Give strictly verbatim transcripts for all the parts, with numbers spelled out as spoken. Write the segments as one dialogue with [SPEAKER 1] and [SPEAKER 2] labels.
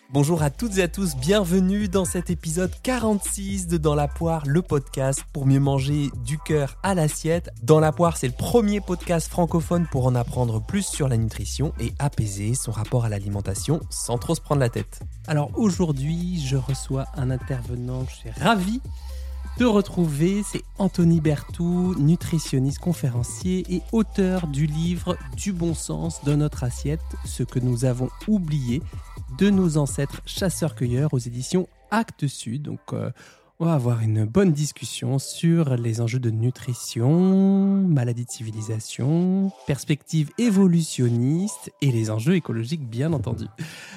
[SPEAKER 1] Bonjour à toutes et à tous, bienvenue dans cet épisode quarante-six de Dans la poire, le podcast pour mieux manger du cœur à l'assiette. Dans la poire, c'est le premier podcast francophone pour en apprendre plus sur la nutrition et apaiser son rapport à l'alimentation sans trop se prendre la tête. Alors aujourd'hui, je reçois un intervenant, je suis ravi de retrouver, c'est Anthony Berthoud, nutritionniste, conférencier et auteur du livre « Du bon sens dans notre assiette, ce que nous avons oublié de nos ancêtres chasseurs-cueilleurs » aux éditions Actes Sud. Donc euh, on va avoir une bonne discussion sur les enjeux de nutrition, maladies de civilisation, perspectives évolutionnistes et les enjeux écologiques bien entendu.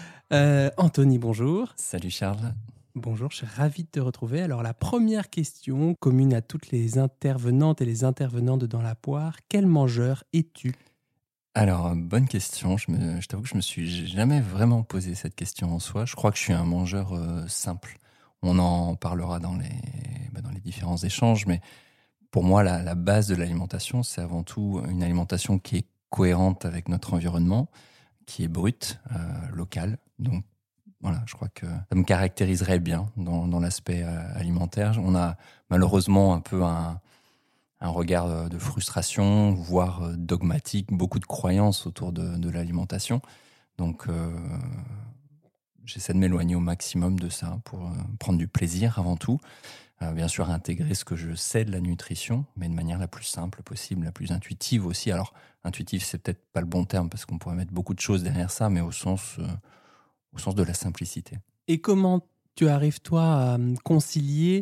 [SPEAKER 1] Euh, Anthony, bonjour.
[SPEAKER 2] Salut Charles.
[SPEAKER 1] Bonjour, je suis ravi de te retrouver. Alors la première question, commune à toutes les intervenantes et les intervenants de Dans la poire, quel mangeur es-tu ?
[SPEAKER 2] Alors, bonne question. Je, me, je t'avoue que je me suis jamais vraiment posé cette question en soi. Je crois que je suis un mangeur euh, simple. On en parlera dans les, bah, dans les différents échanges, mais pour moi, la, la base de l'alimentation, c'est avant tout une alimentation qui est cohérente avec notre environnement, qui est brute, euh, locale. Donc, voilà, je crois que ça me caractériserait bien dans, dans l'aspect euh, alimentaire. On a malheureusement un peu un, un regard de frustration, voire dogmatique, beaucoup de croyances autour de, de l'alimentation. Donc, euh, j'essaie de m'éloigner au maximum de ça pour euh, prendre du plaisir avant tout. Euh, bien sûr, intégrer ce que je sais de la nutrition, mais de manière la plus simple possible, la plus intuitive aussi. Alors, intuitive, c'est peut-être pas le bon terme parce qu'on pourrait mettre beaucoup de choses derrière ça, mais au sens... Euh, au sens de la simplicité.
[SPEAKER 1] Et comment tu arrives, toi, à concilier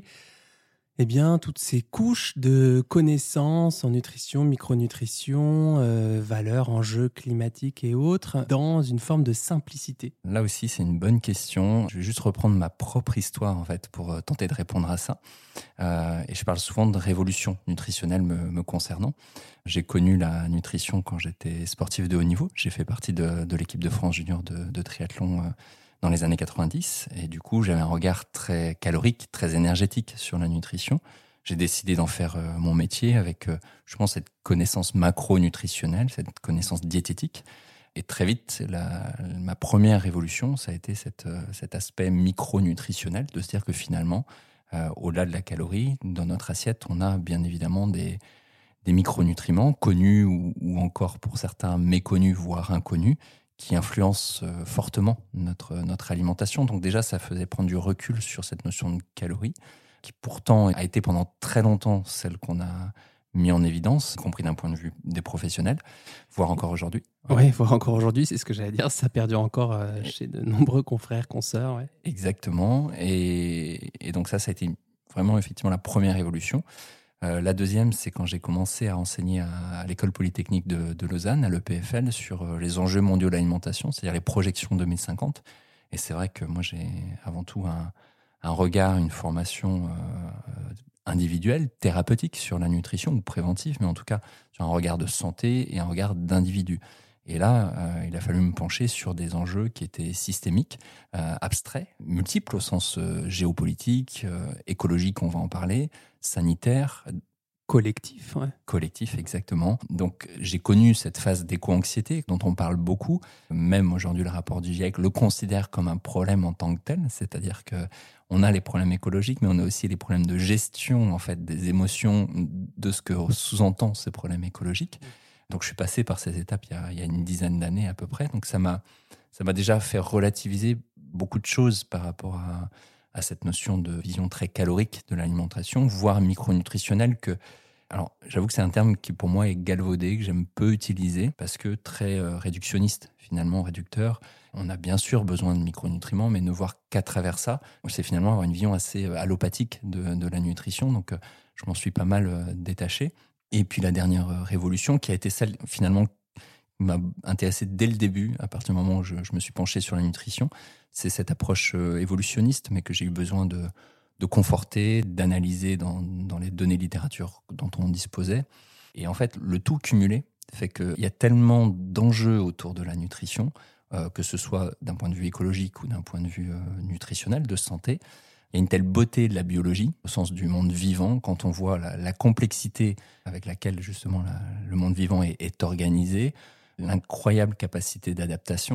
[SPEAKER 1] eh bien, toutes ces couches de connaissances en nutrition, micronutrition, euh, valeurs, enjeux climatiques et autres, dans une forme de simplicité ?
[SPEAKER 2] Là aussi, c'est une bonne question. Je vais juste reprendre ma propre histoire, en fait, pour tenter de répondre à ça. Euh, et je parle souvent de révolution nutritionnelle me, me concernant. J'ai connu la nutrition quand j'étais sportif de haut niveau. J'ai fait partie de, de l'équipe de France junior de, de triathlon euh, dans les années quatre-vingt-dix. Et du coup, j'avais un regard très calorique, très énergétique sur la nutrition. J'ai décidé d'en faire euh, mon métier avec, euh, je pense, cette connaissance macro-nutritionnelle, cette connaissance diététique. Et très vite, la, ma première révolution, ça a été cette, euh, cet aspect micronutritionnel, de se dire que finalement, euh, au-delà de la calorie, dans notre assiette, on a bien évidemment des, des micronutriments connus ou, ou encore pour certains méconnus, voire inconnus, qui influencent euh, fortement notre, notre alimentation. Donc déjà, ça faisait prendre du recul sur cette notion de calorie, qui pourtant a été pendant très longtemps celle qu'on a mis en évidence, y compris d'un point de vue des professionnels, voire encore aujourd'hui.
[SPEAKER 1] Oui, voire encore aujourd'hui, c'est ce que j'allais dire, ça perdure encore euh, chez de nombreux confrères, consoeurs. Ouais.
[SPEAKER 2] Exactement, et, et donc ça, ça a été vraiment effectivement la première évolution. Euh, la deuxième, c'est quand j'ai commencé à enseigner à, à l'école polytechnique de, de Lausanne, à l'E P F L, sur les enjeux mondiaux de l'alimentation, c'est-à-dire les projections deux mille cinquante. Et c'est vrai que moi, j'ai avant tout un, un regard, une formation euh, individuelle, thérapeutique sur la nutrition, ou préventive, mais en tout cas sur un regard de santé et un regard d'individu. Et là, euh, il a fallu me pencher sur des enjeux qui étaient systémiques, euh, abstraits, multiples au sens euh, géopolitique, euh, écologique, on va en parler, sanitaire.
[SPEAKER 1] Collectif, ouais.
[SPEAKER 2] Collectif, exactement. Donc, j'ai connu cette phase d'éco-anxiété dont on parle beaucoup. Même aujourd'hui, le rapport du GIEC le considère comme un problème en tant que tel. C'est-à-dire que on a les problèmes écologiques, mais on a aussi les problèmes de gestion, en fait, des émotions, de ce que sous-entend ces problèmes écologiques. Donc, je suis passé par ces étapes il y a, il y a une dizaine d'années à peu près. Donc, ça m'a, ça m'a déjà fait relativiser beaucoup de choses par rapport à, à cette notion de vision très calorique de l'alimentation, voire micronutritionnelle que, alors, j'avoue que c'est un terme qui pour moi est galvaudé, que j'aime peu utiliser parce que très euh, réductionniste, finalement, réducteur. On a bien sûr besoin de micronutriments, mais ne voir qu'à travers ça, c'est finalement avoir une vision assez allopathique de, de la nutrition. Donc, euh, je m'en suis pas mal euh, détaché. Et puis la dernière révolution, qui a été celle finalement qui m'a intéressé dès le début, à partir du moment où je, je me suis penché sur la nutrition, c'est cette approche évolutionniste, mais que j'ai eu besoin de, de conforter, d'analyser dans, dans les données littérature dont on disposait. Et en fait, le tout cumulé fait qu'il y a tellement d'enjeux autour de la nutrition, euh, que ce soit d'un point de vue écologique ou d'un point de vue euh, nutritionnel, de santé. Il y a une telle beauté de la biologie, au sens du monde vivant, quand on voit la, la complexité avec laquelle justement la, le monde vivant est, est organisé, l'incroyable capacité d'adaptation.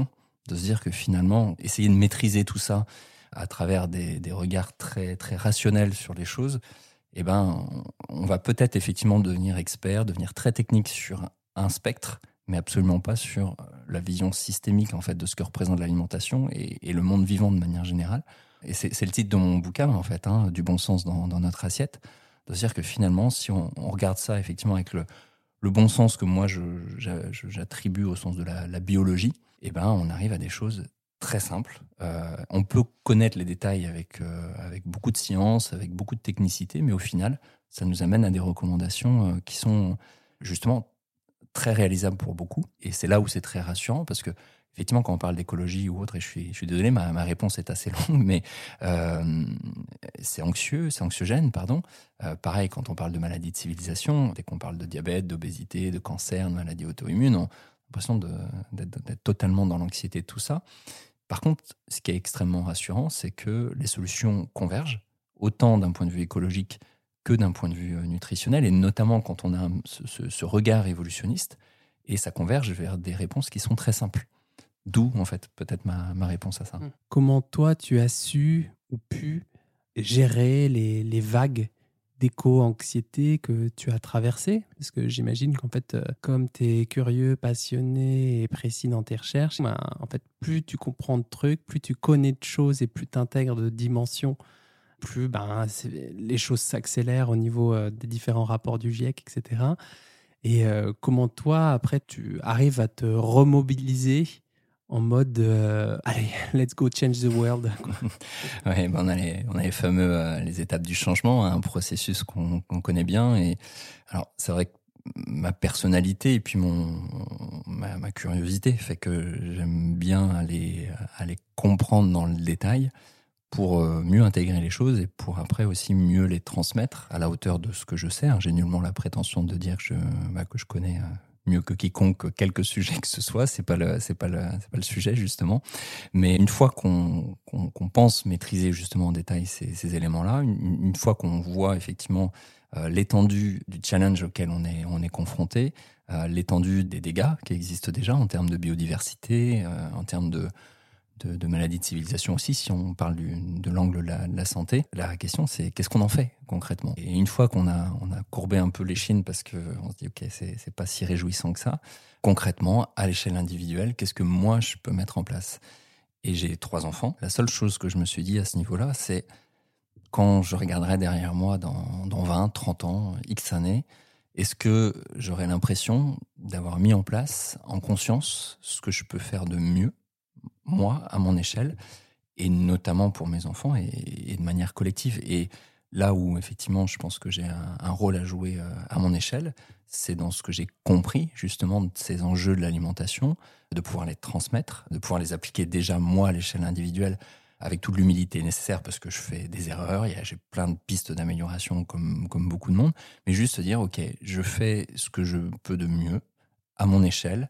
[SPEAKER 2] de se dire que finalement, essayer de maîtriser tout ça à travers des, des regards très, très rationnels sur les choses, eh ben, on va peut-être effectivement devenir expert, devenir très technique sur un spectre, mais absolument pas sur la vision systémique en fait de ce que représente l'alimentation et, et le monde vivant de manière générale. Et c'est, c'est le titre de mon bouquin en fait, hein, du bon sens dans, dans notre assiette, de se dire que finalement, si on, on regarde ça effectivement avec le, le bon sens que moi je, je, j'attribue au sens de la, la biologie, eh ben, on arrive à des choses très simples. Euh, on peut connaître les détails avec, euh, avec beaucoup de science, avec beaucoup de technicité, mais au final, ça nous amène à des recommandations euh, qui sont justement très réalisables pour beaucoup. Et c'est là où c'est très rassurant, parce que effectivement, quand on parle d'écologie ou autre, et je suis, je suis désolé, ma, ma réponse est assez longue, mais euh, c'est anxieux, c'est anxiogène, pardon. Euh, pareil, quand on parle de maladies de civilisation, dès qu'on parle de diabète, d'obésité, de cancer, de maladies auto-immunes, on a l'impression de, d'être, d'être totalement dans l'anxiété de tout ça. Par contre, ce qui est extrêmement rassurant, c'est que les solutions convergent, autant d'un point de vue écologique que d'un point de vue nutritionnel, et notamment quand on a ce, ce, ce regard évolutionniste, et ça converge vers des réponses qui sont très simples. D'où, en fait, peut-être ma, ma réponse à ça.
[SPEAKER 1] Comment toi, tu as su ou pu gérer les, les vagues d'éco-anxiété que tu as traversées? Parce que j'imagine qu'en fait, euh, comme tu es curieux, passionné et précis dans tes recherches, ben, en fait, plus tu comprends de trucs, plus tu connais de choses et plus tu intègres de dimensions, plus ben, les choses s'accélèrent au niveau euh, des différents rapports du GIEC, et cetera. Et euh, comment toi, après, tu arrives à te remobiliser en mode euh, allez, let's go change the world.
[SPEAKER 2] Ouais, ben on a les, on a les fameux euh, les étapes du changement, hein, un processus qu'on, qu'on connaît bien. Et alors, c'est vrai que ma personnalité et puis mon ma, ma curiosité fait que j'aime bien aller aller comprendre dans le détail pour euh, mieux intégrer les choses et pour après aussi mieux les transmettre à la hauteur de ce que je sais. Hein. J'ai nullement la prétention de dire que je bah, que je connais euh, mieux que quiconque quelque sujet que ce soit, c'est pas le c'est pas le c'est pas le sujet justement. Mais une fois qu'on qu'on, qu'on pense maîtriser justement en détail ces, ces éléments-là, une, une fois qu'on voit effectivement euh, l'étendue du challenge auquel on est on est confronté, euh, l'étendue des dégâts qui existent déjà en termes de biodiversité, euh, en termes de De, de maladies de civilisation aussi, si on parle du, de l'angle de la, de la santé. La question, c'est qu'est-ce qu'on en fait concrètement? Et une fois qu'on a, on a courbé un peu l'échine parce qu'on se dit, OK, c'est, c'est pas si réjouissant que ça, concrètement, à l'échelle individuelle, qu'est-ce que moi, je peux mettre en place? Et j'ai trois enfants. La seule chose que je me suis dit à ce niveau-là, c'est quand je regarderai derrière moi dans, dans vingt, trente ans, X années, est-ce que j'aurai l'impression d'avoir mis en place en conscience ce que je peux faire de mieux, moi, à mon échelle, et notamment pour mes enfants et, et de manière collective. Et là où, effectivement, je pense que j'ai un, un rôle à jouer à mon échelle, c'est dans ce que j'ai compris, justement, de ces enjeux de l'alimentation, de pouvoir les transmettre, de pouvoir les appliquer déjà, moi, à l'échelle individuelle, avec toute l'humilité nécessaire, parce que je fais des erreurs, il y a, j'ai plein de pistes d'amélioration, comme, comme beaucoup de monde, mais juste se dire, OK, je fais ce que je peux de mieux, à mon échelle,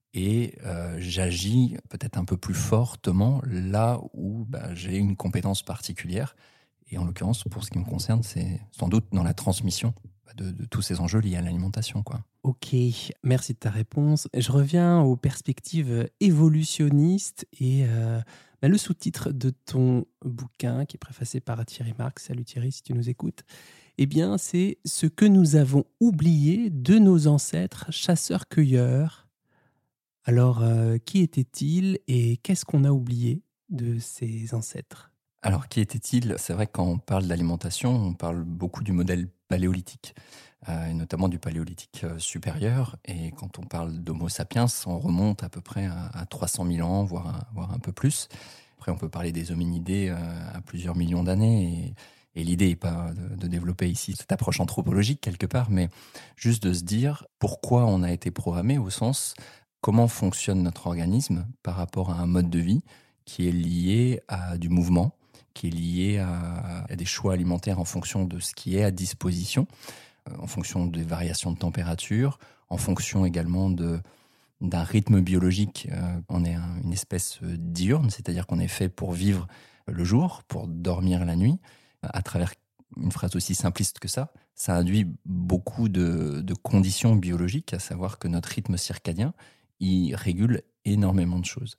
[SPEAKER 2] et euh, j'agis peut-être un peu plus fortement là où bah, j'ai une compétence particulière. Et en l'occurrence, pour ce qui me concerne, c'est sans doute dans la transmission de, de tous ces enjeux liés à l'alimentation, quoi.
[SPEAKER 1] Ok, merci de ta réponse. Je reviens aux perspectives évolutionnistes et euh, bah, le sous-titre de ton bouquin qui est préfacé par Thierry Marx. Salut Thierry, si tu nous écoutes. Eh bien, c'est ce que nous avons oublié de nos ancêtres chasseurs-cueilleurs. Alors, euh, qui étaient-ils et qu'est-ce qu'on a oublié de ces ancêtres?
[SPEAKER 2] Alors, qui étaient-ils? C'est vrai que quand on parle d'alimentation, on parle beaucoup du modèle paléolithique, euh, et notamment du paléolithique euh, supérieur. Et quand on parle d'Homo sapiens, on remonte à peu près à, à trois cent mille ans, voire un, voire un peu plus. Après, on peut parler des hominidés euh, à plusieurs millions d'années. Et, et l'idée n'est pas de, de développer ici cette approche anthropologique quelque part, mais juste de se dire pourquoi on a été programmé au sens... Comment fonctionne notre organisme par rapport à un mode de vie qui est lié à du mouvement, qui est lié à, à des choix alimentaires en fonction de ce qui est à disposition, euh, en fonction des variations de température, en fonction également de, d'un rythme biologique. Euh, on est un, une espèce diurne, c'est-à-dire qu'on est fait pour vivre le jour, pour dormir la nuit, à travers une phrase aussi simpliste que ça. Ça induit beaucoup de, de conditions biologiques, à savoir que notre rythme circadien, il régule énormément de choses.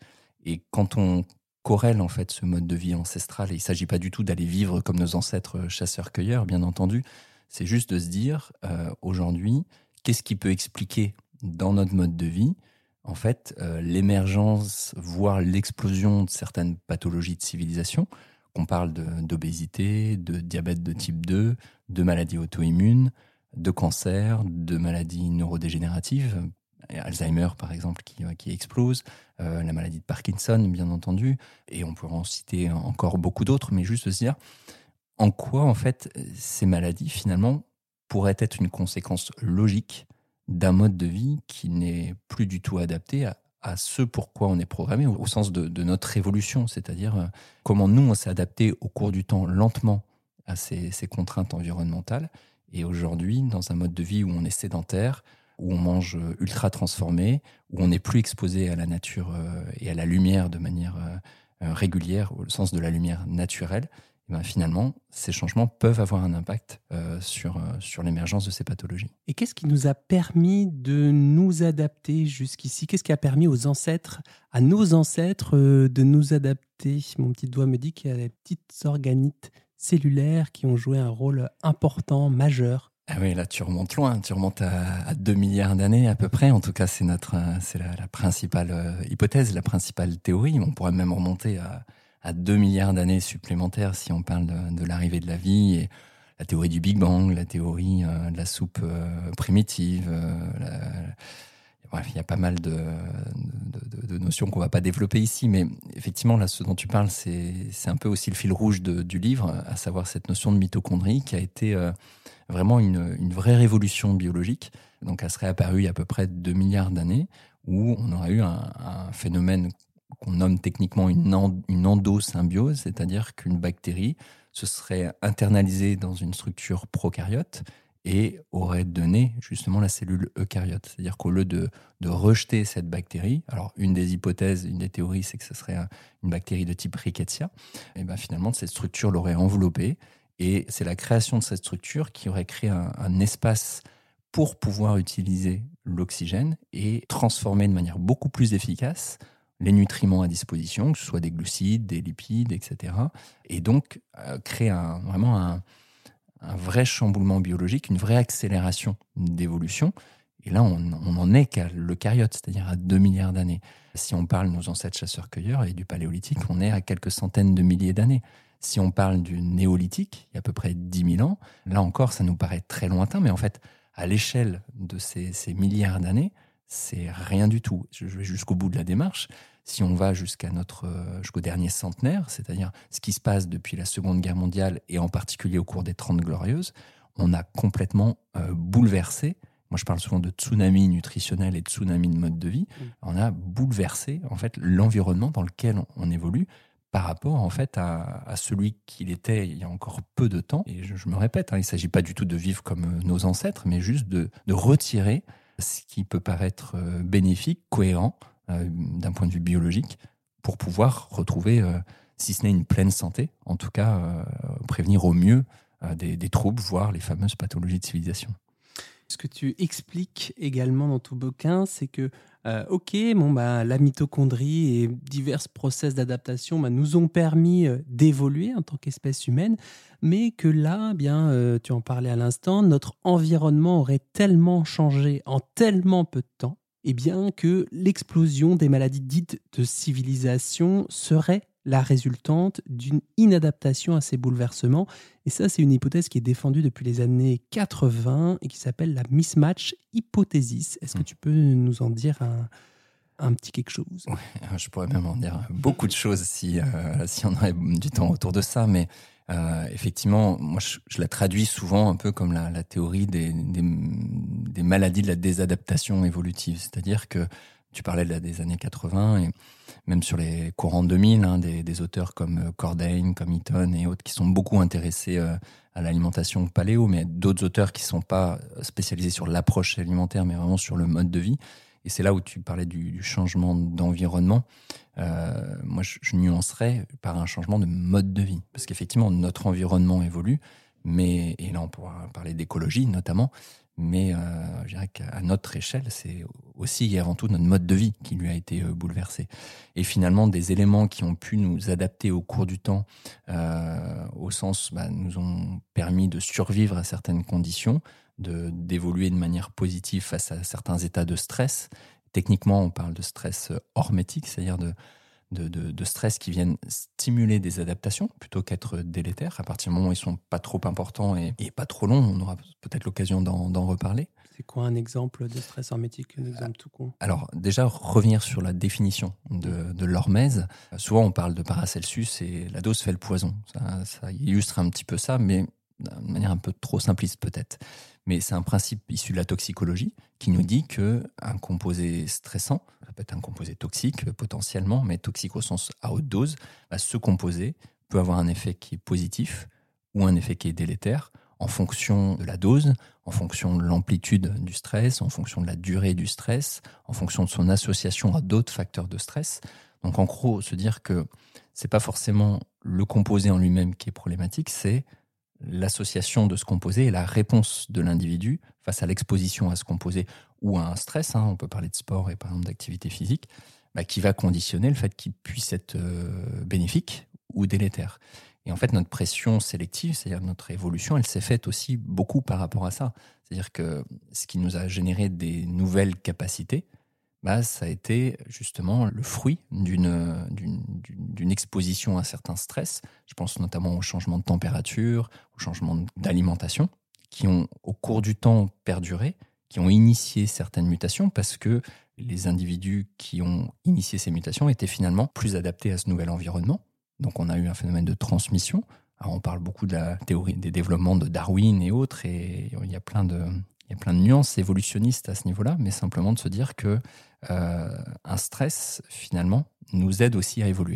[SPEAKER 2] Et quand on corrèle en fait ce mode de vie ancestral, et il ne s'agit pas du tout d'aller vivre comme nos ancêtres chasseurs-cueilleurs, bien entendu, c'est juste de se dire, euh, aujourd'hui, qu'est-ce qui peut expliquer dans notre mode de vie, en fait, euh, l'émergence, voire l'explosion de certaines pathologies de civilisation, qu'on parle de, d'obésité, de diabète de type deux, de maladies auto-immunes, de cancer, de maladies neurodégénératives, Alzheimer par exemple qui, qui explose, euh, la maladie de Parkinson bien entendu, et on pourrait en citer encore beaucoup d'autres, mais juste se dire en quoi en fait ces maladies finalement pourraient être une conséquence logique d'un mode de vie qui n'est plus du tout adapté à, à ce pourquoi on est programmé, au, au sens de, de notre évolution, c'est-à-dire euh, comment nous on s'est adapté au cours du temps lentement à ces, ces contraintes environnementales, et aujourd'hui dans un mode de vie où on est sédentaire, où on mange ultra transformé, où on n'est plus exposé à la nature euh, et à la lumière de manière euh, régulière, au sens de la lumière naturelle, et ben finalement, ces changements peuvent avoir un impact euh, sur, euh, sur l'émergence de ces pathologies.
[SPEAKER 1] Et qu'est-ce qui nous a permis de nous adapter jusqu'ici ? Qu'est-ce qui a permis aux ancêtres, à nos ancêtres, euh, de nous adapter ? Mon petit doigt me dit qu'il y a des petites organites cellulaires qui ont joué un rôle important, majeur.
[SPEAKER 2] Ah oui, là tu remontes loin, tu remontes à, à deux milliards d'années à peu près. En tout cas, c'est notre, c'est la, la principale euh, hypothèse, la principale théorie. On pourrait même remonter à, à deux milliards d'années supplémentaires si on parle de, de l'arrivée de la vie, et la théorie du Big Bang, la théorie euh, de la soupe euh, primitive. Euh, la, bref, il y a pas mal de, de, de, de notions qu'on va pas développer ici, mais effectivement, là, ce dont tu parles, c'est, c'est un peu aussi le fil rouge de, du livre, à savoir cette notion de mitochondrie qui a été euh, vraiment une, une vraie révolution biologique. Donc, elle serait apparue il y a à peu près deux milliards d'années, où on aurait eu un, un phénomène qu'on nomme techniquement une, en, une endosymbiose, c'est-à-dire qu'une bactérie se serait internalisée dans une structure prokaryote et aurait donné justement la cellule eucaryote. C'est-à-dire qu'au lieu de, de rejeter cette bactérie, alors une des hypothèses, une des théories, c'est que ce serait un, une bactérie de type Rickettsia, et ben finalement cette structure l'aurait enveloppée, et c'est la création de cette structure qui aurait créé un, un espace pour pouvoir utiliser l'oxygène et transformer de manière beaucoup plus efficace les nutriments à disposition, que ce soit des glucides, des lipides, et cetera. Et donc euh, créer un, vraiment un un vrai chamboulement biologique, une vraie accélération d'évolution. Et là, on n'en est qu'à l'eucaryote, c'est-à-dire à deux milliards d'années. Si on parle de nos ancêtres chasseurs-cueilleurs et du paléolithique, on est à quelques centaines de milliers d'années. Si on parle du néolithique, il y a à peu près dix mille ans, là encore, ça nous paraît très lointain, mais en fait, à l'échelle de ces, ces milliards d'années, c'est rien du tout. Je vais jusqu'au bout de la démarche. Si on va jusqu'à notre, jusqu'au dernier centenaire, c'est-à-dire ce qui se passe depuis la Seconde Guerre mondiale et en particulier au cours des Trente Glorieuses, on a complètement euh, bouleversé, moi je parle souvent de tsunami nutritionnel et de tsunami de mode de vie, mmh. on a bouleversé en fait l'environnement dans lequel on, on évolue par rapport en fait à, à celui qu'il était il y a encore peu de temps. Et je, je me répète, hein, il ne s'agit pas du tout de vivre comme nos ancêtres, mais juste de, de retirer ce qui peut paraître euh, bénéfique, cohérent, Euh, d'un point de vue biologique, pour pouvoir retrouver, euh, si ce n'est une pleine santé, en tout cas euh, prévenir au mieux euh, des, des troubles, voire les fameuses pathologies de civilisation.
[SPEAKER 1] Ce que tu expliques également dans ton bouquin, c'est que, euh, ok, bon, bah, la mitochondrie et divers process d'adaptation bah, nous ont permis euh, d'évoluer en tant qu'espèce humaine, mais que là, bien, euh, tu en parlais à l'instant, notre environnement aurait tellement changé en tellement peu de temps, eh bien que l'explosion des maladies dites de civilisation serait la résultante d'une inadaptation à ces bouleversements. Et ça, c'est une hypothèse qui est défendue depuis les années quatre-vingts et qui s'appelle la mismatch hypothesis. Est-ce que tu peux nous en dire un, un petit quelque chose ?
[SPEAKER 2] Ouais, je pourrais même en dire beaucoup de choses si, euh, si on aurait du temps autour de ça, mais Euh, effectivement, moi je, je la traduis souvent un peu comme la, la théorie des, des, des maladies de la désadaptation évolutive. C'est-à-dire que tu parlais de la, des années quatre-vingts et même sur les courants deux mille, hein, des, des auteurs comme Cordain, comme Eaton et autres qui sont beaucoup intéressés euh, à l'alimentation paléo, mais d'autres auteurs qui ne sont pas spécialisés sur l'approche alimentaire, mais vraiment sur le mode de vie. Et c'est là où tu parlais du, du changement d'environnement. Euh, moi, je, je nuancerais par un changement de mode de vie. Parce qu'effectivement, notre environnement évolue, mais, et là, on pourra parler d'écologie notamment, mais euh, je dirais qu'à notre échelle, c'est aussi et avant tout notre mode de vie qui lui a été euh, bouleversé. Et finalement, des éléments qui ont pu nous adapter au cours du temps, euh, au sens, bah, nous ont permis de survivre à certaines conditions, de, d'évoluer de manière positive face à certains états de stress. Techniquement, on parle de stress hormétique, c'est-à-dire de, de, de, de stress qui viennent stimuler des adaptations plutôt qu'être délétères. À partir du moment où ils sont pas trop importants et, et pas trop longs, on aura peut-être l'occasion d'en, d'en reparler.
[SPEAKER 1] C'est quoi un exemple de stress hormétique, un exemple tout con?
[SPEAKER 2] Alors déjà, revenir sur la définition de, de l'hormèse. Souvent, on parle de Paracelsus et la dose fait le poison. Ça, ça illustre un petit peu ça, mais de manière un peu trop simpliste peut-être. Mais c'est un principe issu de la toxicologie qui nous dit qu'un composé stressant, ça peut être un composé toxique potentiellement, mais toxique au sens à haute dose, bah, ce composé peut avoir un effet qui est positif ou un effet qui est délétère en fonction de la dose, en fonction de l'amplitude du stress, en fonction de la durée du stress, en fonction de son association à d'autres facteurs de stress. Donc en gros, se dire que c'est pas forcément le composé en lui-même qui est problématique, c'est l'association de ce composé et la réponse de l'individu face à l'exposition à ce composé ou à un stress, hein, on peut parler de sport et par exemple d'activité physique, bah, qui va conditionner le fait qu'il puisse être euh, bénéfique ou délétère. Et en fait, notre pression sélective, c'est-à-dire notre évolution, elle s'est faite aussi beaucoup par rapport à ça. C'est-à-dire que ce qui nous a généré des nouvelles capacités, bah, ça a été justement le fruit d'une, d'une, d'une exposition à certains stress. Je pense notamment au changement de température, au changement d'alimentation, qui ont au cours du temps perduré, qui ont initié certaines mutations parce que les individus qui ont initié ces mutations étaient finalement plus adaptés à ce nouvel environnement. Donc on a eu un phénomène de transmission. Alors on parle beaucoup de la théorie des développements de Darwin et autres, et il y a plein de, il y a plein de nuances évolutionnistes à ce niveau-là, mais simplement de se dire que euh, un stress, finalement, nous aide aussi à évoluer.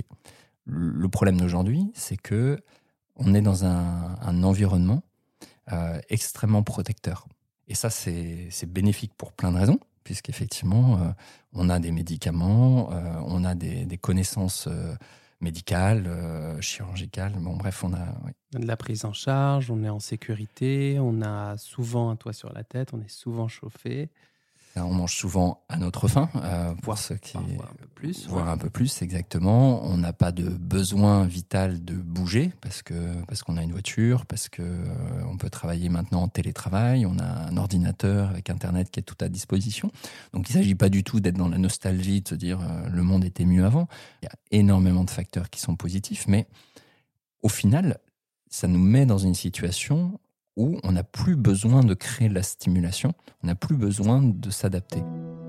[SPEAKER 2] Le problème d'aujourd'hui, c'est que on est dans un, un environnement euh, extrêmement protecteur. Et ça, c'est, c'est bénéfique pour plein de raisons, puisqu'effectivement, euh, on a des médicaments, euh, on a des, des connaissances euh, médicales, euh, chirurgicales, bon bref, on a... Oui.
[SPEAKER 1] On a de la prise en charge, on est en sécurité, on a souvent un toit sur la tête, on est souvent chauffé.
[SPEAKER 2] On mange souvent à notre faim, euh, pour
[SPEAKER 1] Voir,
[SPEAKER 2] ceux qui...
[SPEAKER 1] voir un peu plus.
[SPEAKER 2] Voir
[SPEAKER 1] ouais.
[SPEAKER 2] un peu plus, exactement. On n'a pas de besoin vital de bouger parce que parce qu'on a une voiture, parce que euh, on peut travailler maintenant en télétravail, on a un ordinateur avec Internet qui est tout à disposition. Donc il ne s'agit pas du tout d'être dans la nostalgie, de se dire euh, le monde était mieux avant. Il y a énormément de facteurs qui sont positifs, mais au final, ça nous met dans une situation où on n'a plus besoin de créer de la stimulation, on n'a plus besoin de s'adapter.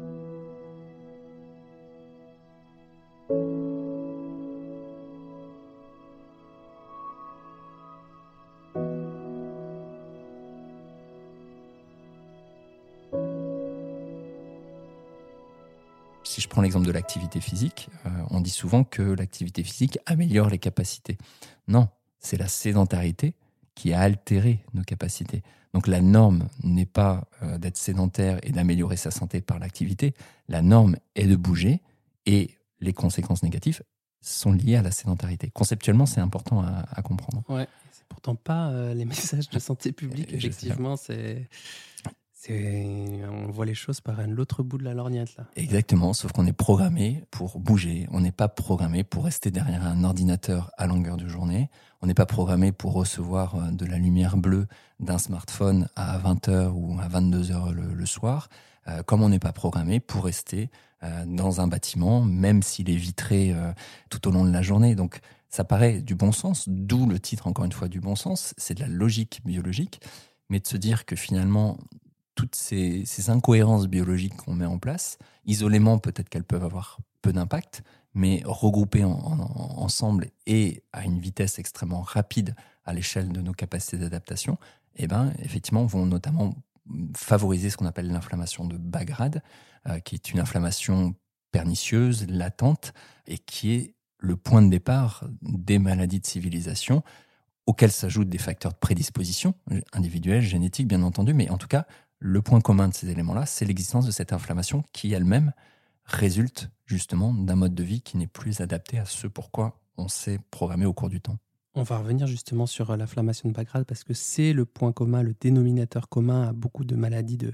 [SPEAKER 2] Si je prends l'exemple de l'activité physique, euh, on dit souvent que l'activité physique améliore les capacités. Non, c'est la sédentarité qui a altéré nos capacités. Donc la norme n'est pas euh, d'être sédentaire et d'améliorer sa santé par l'activité. La norme est de bouger et les conséquences négatives sont liées à la sédentarité. Conceptuellement, c'est important à, à comprendre.
[SPEAKER 1] Ouais, c'est pourtant pas euh, les messages de santé publique, effectivement, c'est... C'est... On voit les choses par l'autre bout de la lorgnette, là.
[SPEAKER 2] Exactement, sauf qu'on est programmé pour bouger. On n'est pas programmé pour rester derrière un ordinateur à longueur de journée. On n'est pas programmé pour recevoir de la lumière bleue d'un smartphone à vingt heures ou à vingt-deux heures le, le soir, euh, comme on n'est pas programmé pour rester euh, dans un bâtiment, même s'il est vitré euh, tout au long de la journée. Donc ça paraît du bon sens, d'où le titre, encore une fois, du bon sens. C'est de la logique biologique, mais de se dire que finalement... toutes ces, ces incohérences biologiques qu'on met en place, isolément, peut-être qu'elles peuvent avoir peu d'impact, mais regroupées en, en, ensemble et à une vitesse extrêmement rapide à l'échelle de nos capacités d'adaptation, eh ben, effectivement, vont notamment favoriser ce qu'on appelle l'inflammation de bas grade, euh, qui est une inflammation pernicieuse, latente, et qui est le point de départ des maladies de civilisation, auxquelles s'ajoutent des facteurs de prédisposition, individuels, génétiques, bien entendu, mais en tout cas, le point commun de ces éléments-là, c'est l'existence de cette inflammation qui elle-même résulte justement d'un mode de vie qui n'est plus adapté à ce pourquoi on s'est programmé au cours du temps.
[SPEAKER 1] On va revenir justement sur l'inflammation de bas grade parce que c'est le point commun, le dénominateur commun à beaucoup de maladies de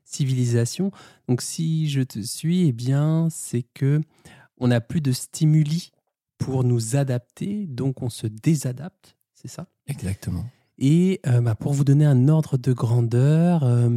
[SPEAKER 1] civilisation. Donc si je te suis, eh bien, c'est que on n'a plus de stimuli pour nous adapter, donc on se désadapte, c'est ça ?
[SPEAKER 2] Exactement.
[SPEAKER 1] Et euh, bah, pour vous donner un ordre de grandeur, euh,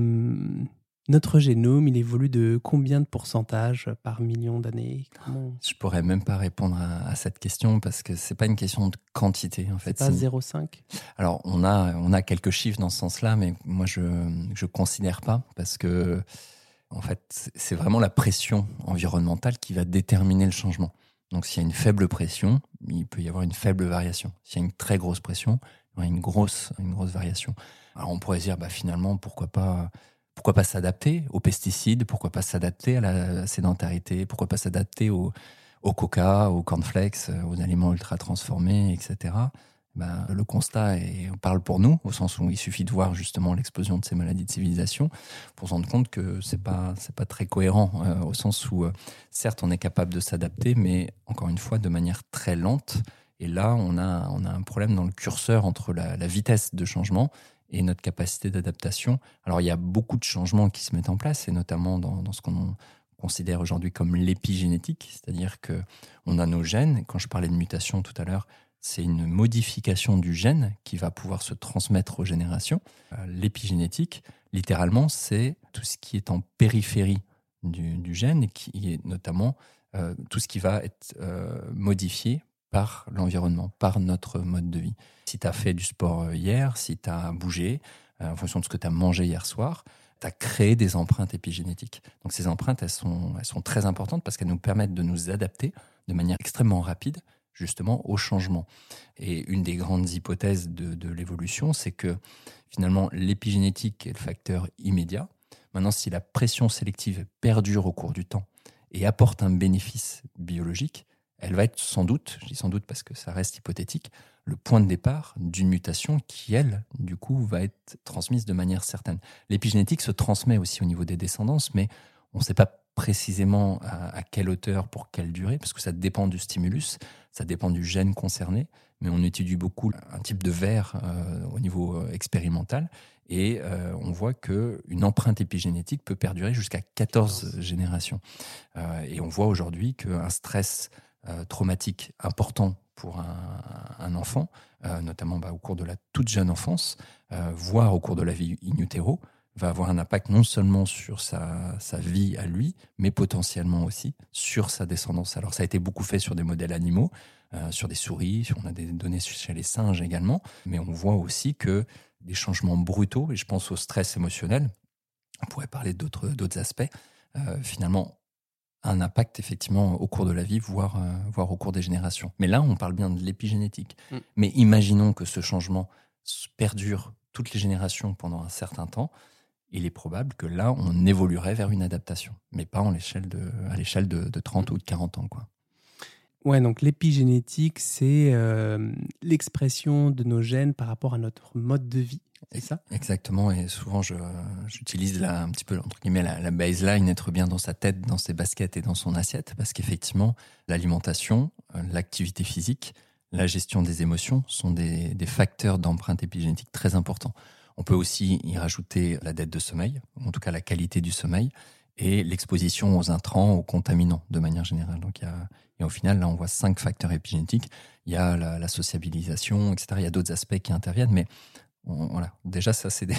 [SPEAKER 1] notre génome, il évolue de combien de pourcentage par million d'années ? Comment...
[SPEAKER 2] Je pourrais même pas répondre à, à cette question parce que c'est pas une question de quantité en fait.
[SPEAKER 1] C'est pas zéro virgule cinq ?
[SPEAKER 2] Alors on a on a quelques chiffres dans ce sens-là, mais moi je je considère pas parce que en fait c'est vraiment la pression environnementale qui va déterminer le changement. Donc s'il y a une faible pression, il peut y avoir une faible variation. S'il y a une très grosse pression, il y aura une grosse une grosse variation. Alors on pourrait se dire bah finalement pourquoi pas Pourquoi pas s'adapter aux pesticides? Pourquoi pas s'adapter à la sédentarité? Pourquoi pas s'adapter au, au coca, aux cornflakes, aux aliments ultra transformés, et cetera. Ben, le constat est, parle pour nous, au sens où il suffit de voir justement l'explosion de ces maladies de civilisation pour se rendre compte que c'est pas c'est pas très cohérent, euh, au sens où euh, certes on est capable de s'adapter, mais encore une fois de manière très lente. Et là, on a on a un problème dans le curseur entre la, la vitesse de changement et notre capacité d'adaptation. Alors, il y a beaucoup de changements qui se mettent en place, et notamment dans, dans ce qu'on considère aujourd'hui comme l'épigénétique, c'est-à-dire qu'on a nos gènes. Quand je parlais de mutation tout à l'heure, c'est une modification du gène qui va pouvoir se transmettre aux générations. Euh, l'épigénétique, littéralement, c'est tout ce qui est en périphérie du, du gène, et qui est notamment euh, tout ce qui va être euh, modifié par l'environnement, par notre mode de vie. Si tu as fait du sport hier, si tu as bougé, euh, en fonction de ce que tu as mangé hier soir, tu as créé des empreintes épigénétiques. Donc ces empreintes, elles sont, elles sont très importantes parce qu'elles nous permettent de nous adapter de manière extrêmement rapide, justement, au changement. Et une des grandes hypothèses de, de l'évolution, c'est que finalement, l'épigénétique est le facteur immédiat. Maintenant, si la pression sélective perdure au cours du temps et apporte un bénéfice biologique, elle va être sans doute, je dis sans doute parce que ça reste hypothétique, le point de départ d'une mutation qui, elle, du coup, va être transmise de manière certaine. L'épigénétique se transmet aussi au niveau des descendances, mais on ne sait pas précisément à, à quelle hauteur, pour quelle durée, parce que ça dépend du stimulus, ça dépend du gène concerné, mais on étudie beaucoup un type de ver euh, au niveau euh, expérimental, et euh, on voit qu'une empreinte épigénétique peut perdurer jusqu'à quatorze générations. Euh, et on voit aujourd'hui qu'un stress Euh, traumatique important pour un, un enfant, euh, notamment bah, au cours de la toute jeune enfance, euh, voire au cours de la vie in utero, va avoir un impact non seulement sur sa, sa vie à lui, mais potentiellement aussi sur sa descendance. Alors ça a été beaucoup fait sur des modèles animaux, euh, sur des souris, on a des données chez les singes également, mais on voit aussi que des changements brutaux, et je pense au stress émotionnel, on pourrait parler d'autres, d'autres aspects, euh, finalement un impact effectivement au cours de la vie, voire, euh, voire au cours des générations. Mais là, on parle bien de l'épigénétique. Mm. Mais imaginons que ce changement perdure toutes les générations pendant un certain temps. Il est probable que là, on évoluerait vers une adaptation, mais pas en l'échelle de, à l'échelle de, de trente mm. ou de quarante ans, quoi.
[SPEAKER 1] Ouais, donc l'épigénétique, c'est euh, l'expression de nos gènes par rapport à notre mode de vie. C'est ça ?
[SPEAKER 2] Exactement, et souvent je, j'utilise là, un petit peu entre guillemets la, la baseline, être bien dans sa tête, dans ses baskets et dans son assiette, parce qu'effectivement l'alimentation, l'activité physique, la gestion des émotions sont des, des facteurs d'empreinte épigénétique très importants. On peut aussi y rajouter la dette de sommeil, en tout cas la qualité du sommeil, et l'exposition aux intrants, aux contaminants de manière générale. Donc il y a, et au final là on voit cinq facteurs épigénétiques. Il y a la, la sociabilisation, et cetera. Il y a d'autres aspects qui interviennent, mais On, voilà. Déjà, ça, c'est des,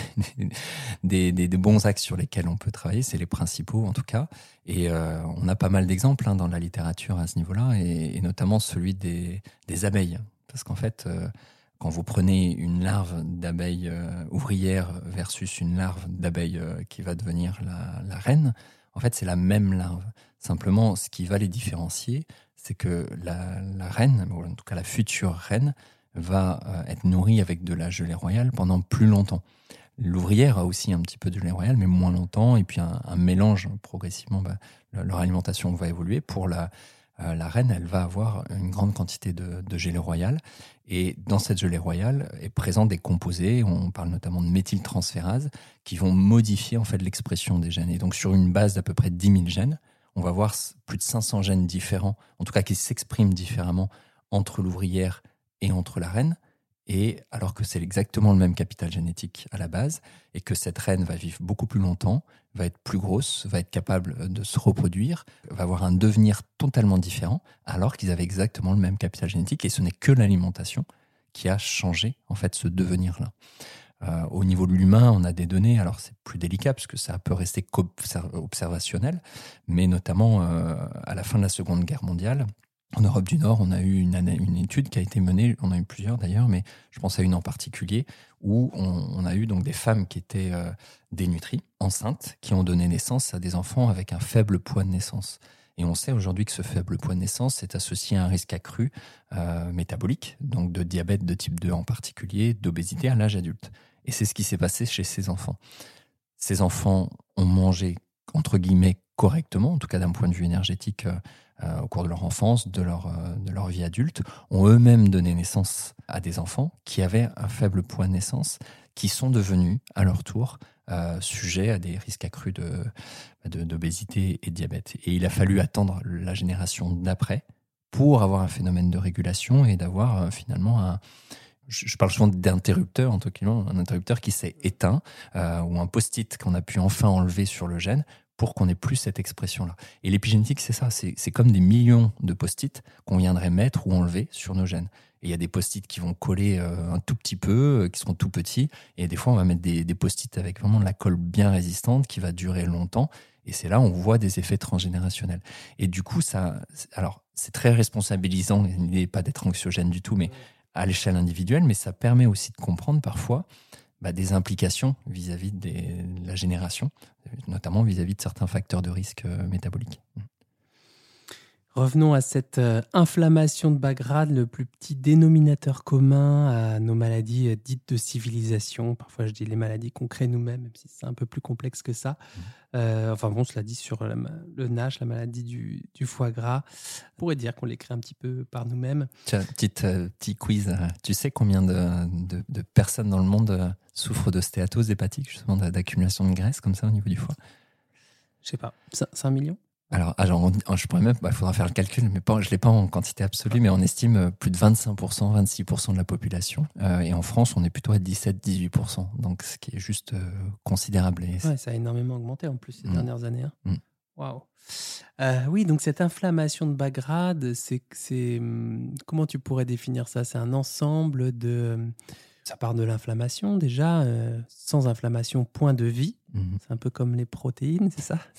[SPEAKER 2] des, des, des bons axes sur lesquels on peut travailler. C'est les principaux, en tout cas. Et euh, on a pas mal d'exemples hein, dans la littérature à ce niveau-là, et, et notamment celui des, des abeilles. Parce qu'en fait, euh, quand vous prenez une larve d'abeille euh, ouvrière versus une larve d'abeille euh, qui va devenir la, la reine, en fait, c'est la même larve. Simplement, ce qui va les différencier, c'est que la, la reine, ou en tout cas la future reine, va être nourrie avec de la gelée royale pendant plus longtemps. L'ouvrière a aussi un petit peu de gelée royale, mais moins longtemps, et puis un, un mélange progressivement, bah, leur alimentation va évoluer. Pour la, euh, la reine, elle va avoir une grande quantité de, de gelée royale, et dans cette gelée royale est présent des composés, on parle notamment de méthyltransférase, qui vont modifier en fait l'expression des gènes. Et donc sur une base d'à peu près dix mille gènes, on va voir plus de cinq cents gènes différents, en tout cas qui s'expriment différemment entre l'ouvrière et entre la reine, Et alors que c'est exactement le même capital génétique à la base, et que cette reine va vivre beaucoup plus longtemps, va être plus grosse, va être capable de se reproduire, va avoir un devenir totalement différent, alors qu'ils avaient exactement le même capital génétique, et ce n'est que l'alimentation qui a changé en fait ce devenir-là. Euh, au niveau de l'humain, on a des données, alors c'est plus délicat parce que ça peut rester qu'observationnel, mais notamment euh, à la fin de la Seconde Guerre mondiale, en Europe du Nord, on a eu une, une étude qui a été menée, on a eu plusieurs d'ailleurs, mais je pense à une en particulier, où on, on a eu donc des femmes qui étaient euh, dénutries, enceintes, qui ont donné naissance à des enfants avec un faible poids de naissance. Et on sait aujourd'hui que ce faible poids de naissance est associé à un risque accru euh, métabolique, donc de diabète de type deux en particulier, d'obésité à l'âge adulte. Et c'est ce qui s'est passé chez ces enfants. Ces enfants ont mangé, entre guillemets, correctement, en tout cas d'un point de vue énergétique, euh, euh, au cours de leur enfance, de leur, euh, de leur vie adulte, ont eux-mêmes donné naissance à des enfants qui avaient un faible poids de naissance, qui sont devenus, à leur tour, euh, sujets à des risques accrus de, de, d'obésité et de diabète. Et il a fallu attendre la génération d'après pour avoir un phénomène de régulation et d'avoir euh, finalement un... Je parle souvent d'interrupteur, en tout cas, un interrupteur qui s'est éteint, euh, ou un post-it qu'on a pu enfin enlever sur le gène pour qu'on n'ait plus cette expression-là. Et l'épigénétique, c'est ça, c'est, c'est comme des millions de post-it qu'on viendrait mettre ou enlever sur nos gènes. Et il y a des post-it qui vont coller euh, un tout petit peu, euh, qui seront tout petits, et des fois on va mettre des, des post-it avec vraiment de la colle bien résistante qui va durer longtemps, et c'est là où on voit des effets transgénérationnels. Et du coup, ça, alors c'est très responsabilisant, l'idée n'est pas d'être anxiogène du tout, mais à l'échelle individuelle, mais ça permet aussi de comprendre parfois bah, des implications vis-à-vis des, de la génération, notamment vis-à-vis de certains facteurs de risque euh, métabolique.
[SPEAKER 1] Revenons à cette euh, inflammation de bas grade, le plus petit dénominateur commun à nos maladies euh, dites de civilisation. Parfois, je dis les maladies qu'on crée nous-mêmes, même si c'est un peu plus complexe que ça. Mmh. Euh, enfin bon, cela dit sur la, le N A S H, la maladie du, du foie gras, on pourrait dire qu'on les crée un petit peu par nous-mêmes.
[SPEAKER 2] Tiens, petite, euh, petit quiz. Tu sais combien de, de, de personnes dans le monde euh, souffrent de stéatose hépatique, justement d'accumulation de graisse comme ça au niveau du foie?
[SPEAKER 1] Je sais pas, cinq millions?
[SPEAKER 2] Alors, ah, genre, je pourrais même, il bah, faudra faire le calcul, mais pas, je ne l'ai pas en quantité absolue, mais on estime plus de vingt-cinq pour cent, vingt-six pour cent de la population. Euh, et en France, on est plutôt à dix-sept à dix-huit pour cent. Donc, ce qui est juste euh, considérable. Et
[SPEAKER 1] ouais, ça a énormément augmenté en plus ces mmh. dernières années. Hein.
[SPEAKER 2] Mmh.
[SPEAKER 1] Waouh. Euh, oui, donc cette inflammation de bas grade, c'est, c'est, comment tu pourrais définir ça? C'est un ensemble de... Ça part de l'inflammation déjà. Euh, sans inflammation, point de vie. Mmh. C'est un peu comme les protéines, c'est ça?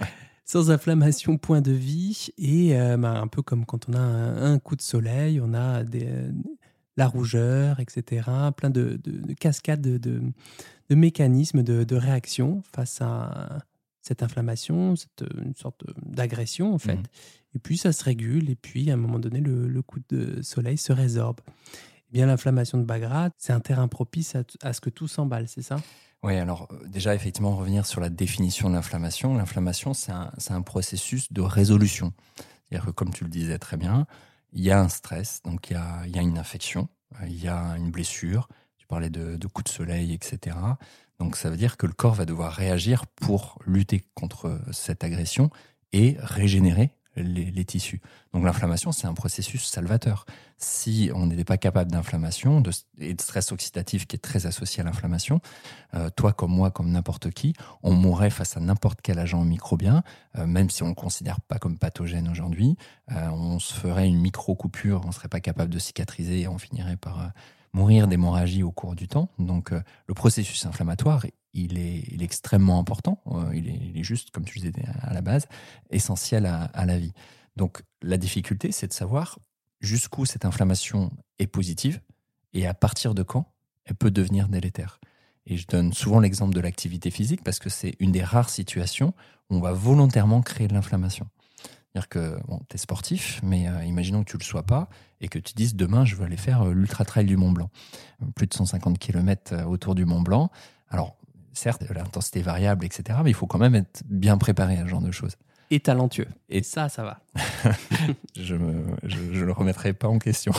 [SPEAKER 1] Sans inflammation, point de vie, et euh, bah, un peu comme quand on a un, un coup de soleil, on a des, euh, la rougeur, et cetera. Plein de, de, de cascades de, de, de mécanismes de, de réaction face à cette inflammation, cette, une sorte d'agression en fait. Mmh. Et puis ça se régule, et puis à un moment donné, le, le coup de soleil se résorbe. Et bien l'inflammation de bas grade, c'est un terrain propice à, à ce que tout s'emballe, c'est ça?
[SPEAKER 2] Oui, alors déjà, effectivement, revenir sur la définition de l'inflammation. L'inflammation, c'est un, c'est un processus de résolution. C'est-à-dire que, comme tu le disais très bien, il y a un stress, donc il y a, il y a une infection, il y a une blessure, tu parlais de, de coups de soleil, et cetera. Donc ça veut dire que le corps va devoir réagir pour lutter contre cette agression et régénérer les, les tissus. Donc l'inflammation, c'est un processus salvateur. Si on n'était pas capable d'inflammation de, et de stress oxydatif qui est très associé à l'inflammation, euh, toi comme moi, comme n'importe qui, on mourrait face à n'importe quel agent microbien, euh, même si on ne le considère pas comme pathogène aujourd'hui. Euh, on se ferait une micro-coupure, on ne serait pas capable de cicatriser et on finirait par... Euh, mourir d'hémorragie au cours du temps. Donc, euh, le processus inflammatoire, il est, il est extrêmement important. Euh, il, est, il est juste, comme tu disais à la base, essentiel à, à la vie. Donc, la difficulté, c'est de savoir jusqu'où cette inflammation est positive et à partir de quand elle peut devenir délétère. Et je donne souvent l'exemple de l'activité physique parce que c'est une des rares situations où on va volontairement créer de l'inflammation. C'est-à-dire que bon, tu es sportif, mais euh, imaginons que tu ne le sois pas et que tu dises demain, je veux aller faire euh, l'ultra-trail du Mont Blanc. Plus de cent cinquante kilomètres autour du Mont Blanc. Alors, certes, l'intensité est variable, et cetera, mais il faut quand même être bien préparé à ce genre de choses.
[SPEAKER 1] Et talentueux. Et ça, ça va.
[SPEAKER 2] je ne le remettrai pas en question.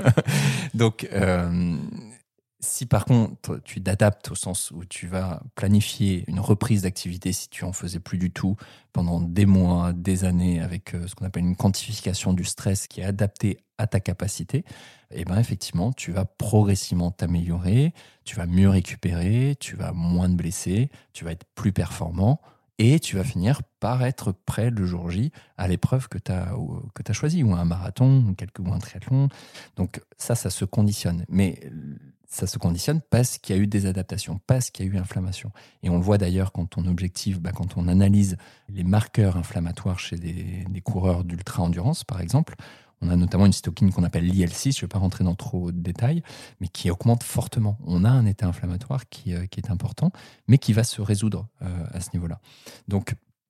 [SPEAKER 2] Donc, euh, si par contre, tu t'adaptes au sens où tu vas planifier une reprise d'activité si tu en faisais plus du tout pendant des mois, des années, avec ce qu'on appelle une quantification du stress qui est adaptée à ta capacité, et ben effectivement, tu vas progressivement t'améliorer, tu vas mieux récupérer, tu vas moins te blesser, tu vas être plus performant et tu vas finir par être prêt le jour J à l'épreuve que tu as que tu as choisie, ou un marathon, ou, quelque, ou un triathlon. Donc ça, ça se conditionne. Mais ça se conditionne parce qu'il y a eu des adaptations, parce qu'il y a eu inflammation. Et on le voit d'ailleurs quand on objective, bah, quand on analyse les marqueurs inflammatoires chez des, des coureurs d'ultra-endurance, par exemple. On a notamment une cytokine qu'on appelle l'I L six, je ne vais pas rentrer dans trop de détails, mais qui augmente fortement. On a un état inflammatoire qui, euh, qui est important, mais qui va se résoudre euh, à ce niveau-là. Donc,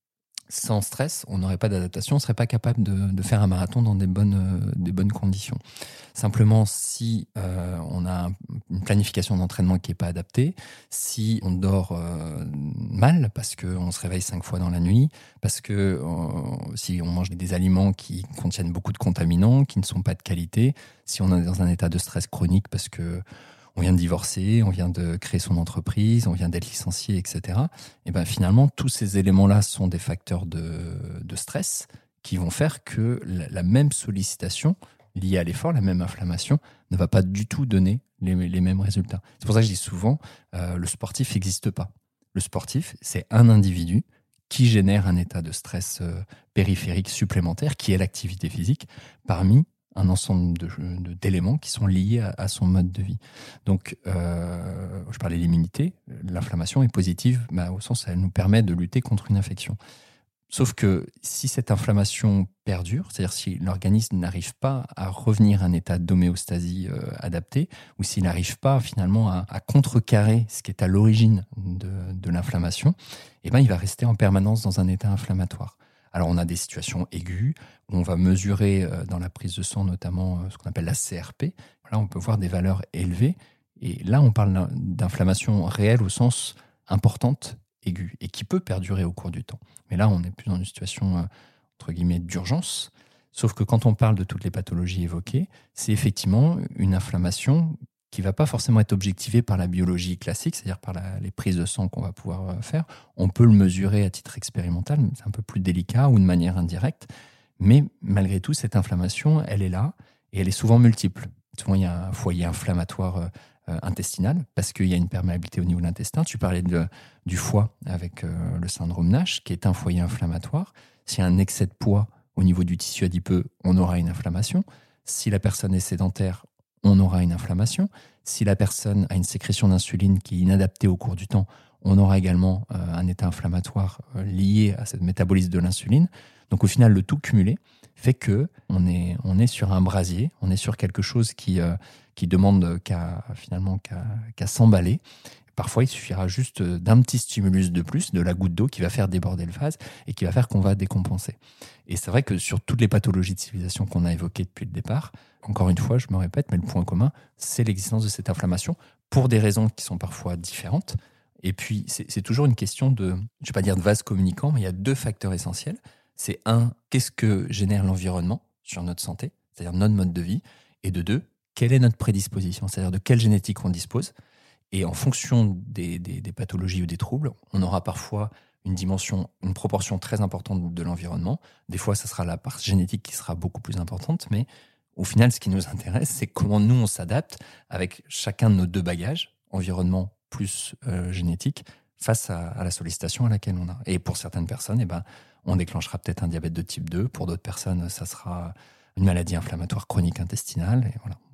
[SPEAKER 2] sans stress, on n'aurait pas d'adaptation, on ne serait pas capable de, de faire un marathon dans des bonnes, euh, des bonnes conditions. Simplement, si euh, on a une planification d'entraînement qui n'est pas adaptée, si on dort euh, mal parce qu'on se réveille cinq fois dans la nuit, parce que euh, si on mange des aliments qui contiennent beaucoup de contaminants, qui ne sont pas de qualité, si on est dans un état de stress chronique parce que on vient de divorcer, on vient de créer son entreprise, on vient d'être licencié, et cetera. Et ben finalement, tous ces éléments-là sont des facteurs de, de stress qui vont faire que la, la même sollicitation liée à l'effort, la même inflammation, ne va pas du tout donner les, les mêmes résultats. C'est pour ça que je dis souvent, euh, le sportif n'existe pas. Le sportif, c'est un individu qui génère un état de stress euh, périphérique supplémentaire, qui est l'activité physique, parmi un ensemble de, de, d'éléments qui sont liés à, à son mode de vie. Donc, euh, je parlais de l'immunité, l'inflammation est positive, bah, au sens où elle nous permet de lutter contre une infection. Sauf que si cette inflammation perdure, c'est-à-dire si l'organisme n'arrive pas à revenir à un état d'homéostasie euh, adapté, ou s'il n'arrive pas finalement à, à contrecarrer ce qui est à l'origine de, de l'inflammation, eh ben, il va rester en permanence dans un état inflammatoire. Alors, on a des situations aiguës où on va mesurer dans la prise de sang notamment ce qu'on appelle la C R P. Là, on peut voir des valeurs élevées. Et là, on parle d'inflammation réelle au sens importante, aiguë, et qui peut perdurer au cours du temps. Mais là, on n'est plus dans une situation, entre guillemets, d'urgence. Sauf que quand on parle de toutes les pathologies évoquées, c'est effectivement une inflammation qui ne va pas forcément être objectivée par la biologie classique, c'est-à-dire par la, les prises de sang qu'on va pouvoir faire. On peut le mesurer à titre expérimental, mais c'est un peu plus délicat ou de manière indirecte. Mais malgré tout, cette inflammation, elle est là et elle est souvent multiple. Souvent, il y a un foyer inflammatoire euh, intestinal parce qu'il y a une perméabilité au niveau de l'intestin. Tu parlais de, du foie avec euh, le syndrome Nash, qui est un foyer inflammatoire. S'il y a un excès de poids au niveau du tissu adipeux, on aura une inflammation. Si la personne est sédentaire, on aura une inflammation. Si la personne a une sécrétion d'insuline qui est inadaptée au cours du temps, on aura également euh, un état inflammatoire euh, lié à ce métabolisme de l'insuline. Donc au final, le tout cumulé fait que on est, on est sur un brasier, on est sur quelque chose qui, euh, qui demande qu'à, finalement qu'à, qu'à s'emballer. Parfois, il suffira juste d'un petit stimulus de plus, de la goutte d'eau qui va faire déborder le vase et qui va faire qu'on va décompenser. Et c'est vrai que sur toutes les pathologies de civilisation qu'on a évoquées depuis le départ, encore une fois, je me répète, mais le point commun, c'est l'existence de cette inflammation pour des raisons qui sont parfois différentes. Et puis, c'est, c'est toujours une question de, je ne vais pas dire de vase communicant, mais il y a deux facteurs essentiels. C'est un, qu'est-ce que génère l'environnement sur notre santé, c'est-à-dire notre mode de vie, et de deux, quelle est notre prédisposition, c'est-à-dire de quelle génétique on dispose. Et en fonction des, des, des pathologies ou des troubles, on aura parfois une dimension, une proportion très importante de l'environnement. Des fois, ça sera la part génétique qui sera beaucoup plus importante, mais au final, ce qui nous intéresse, c'est comment nous, on s'adapte avec chacun de nos deux bagages, environnement plus euh, génétique, face à, à la sollicitation à laquelle on a. Et pour certaines personnes, eh ben, on déclenchera peut-être un diabète de type deux. Pour d'autres personnes, ça sera une maladie inflammatoire chronique intestinale. Et voilà.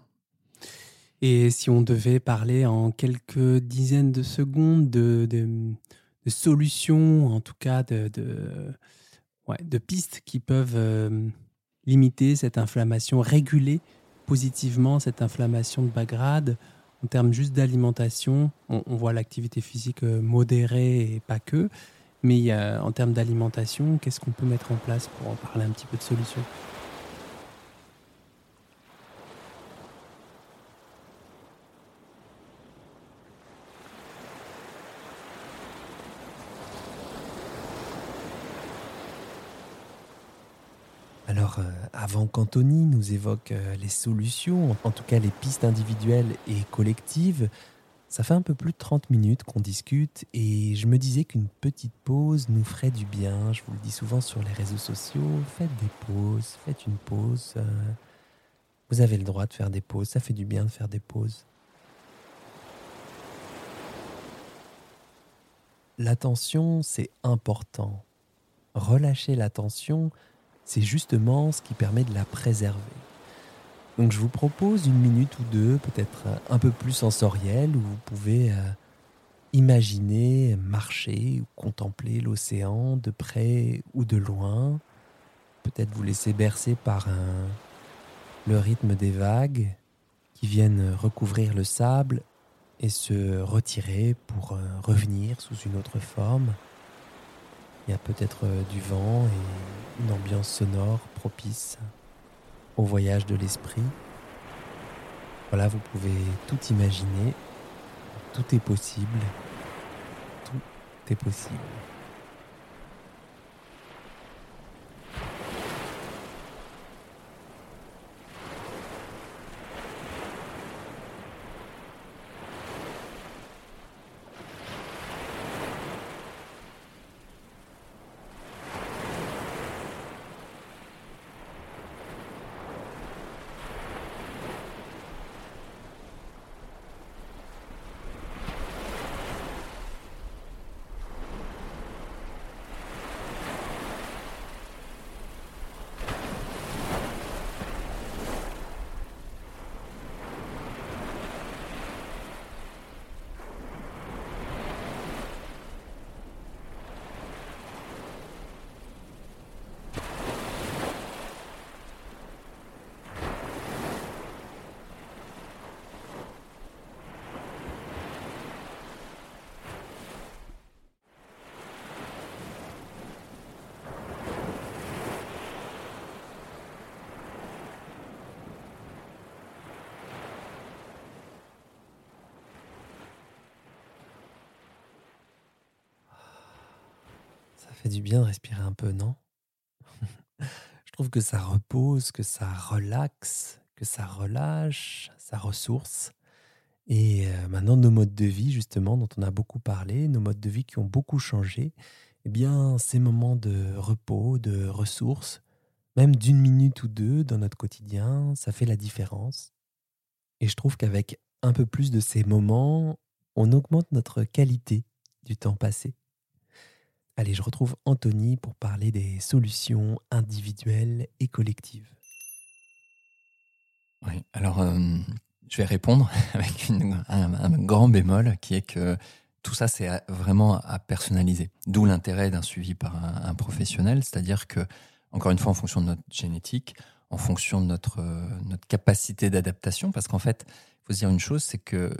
[SPEAKER 3] Et si on devait parler en quelques dizaines de secondes de, de, de solutions, en tout cas de, de, ouais, de pistes qui peuvent euh, limiter cette inflammation, réguler positivement cette inflammation de bas grade, en termes juste d'alimentation, on, on voit l'activité physique modérée et pas que, mais il y a, en termes d'alimentation, qu'est-ce qu'on peut mettre en place pour en parler un petit peu de solutions ?
[SPEAKER 1] Alors, euh, avant qu'Anthony nous évoque euh, les solutions, en tout cas les pistes individuelles et collectives, ça fait un peu plus de trente minutes qu'on discute et je me disais qu'une petite pause nous ferait du bien. Je vous le dis souvent sur les réseaux sociaux, faites des pauses, faites une pause. Euh, Vous avez le droit de faire des pauses, ça fait du bien de faire des pauses. L'attention, c'est important. Relâcher l'attention, c'est justement ce qui permet de la préserver. Donc je vous propose une minute ou deux, peut-être un peu plus sensorielle, où vous pouvez euh, imaginer, marcher ou contempler l'océan de près ou de loin. Peut-être vous laisser bercer par un, le rythme des vagues qui viennent recouvrir le sable et se retirer pour euh, revenir sous une autre forme. Il y a peut-être euh, du vent et une ambiance sonore propice au voyage de l'esprit. Voilà, vous pouvez tout imaginer. Tout est possible. Tout est possible. Ça fait du bien de respirer un peu, non? Je trouve que ça repose, que ça relaxe, que ça relâche, ça ressource. Et euh, maintenant, nos modes de vie, justement, dont on a beaucoup parlé, nos modes de vie qui ont beaucoup changé, eh bien, ces moments de repos, de ressources, même d'une minute ou deux dans notre quotidien, ça fait la différence. Et je trouve qu'avec un peu plus de ces moments, on augmente notre qualité du temps passé. Allez, je retrouve Anthony pour parler des solutions individuelles et collectives.
[SPEAKER 2] Oui, alors euh, je vais répondre avec une- un, un grand bémol qui est que tout ça, c'est à- vraiment à personnaliser. D'où l'intérêt d'un suivi par un, un professionnel, c'est-à-dire que, encore une fois, en fonction de notre génétique, en fonction de notre, euh, notre capacité d'adaptation, parce qu'en fait, il faut se dire une chose, c'est que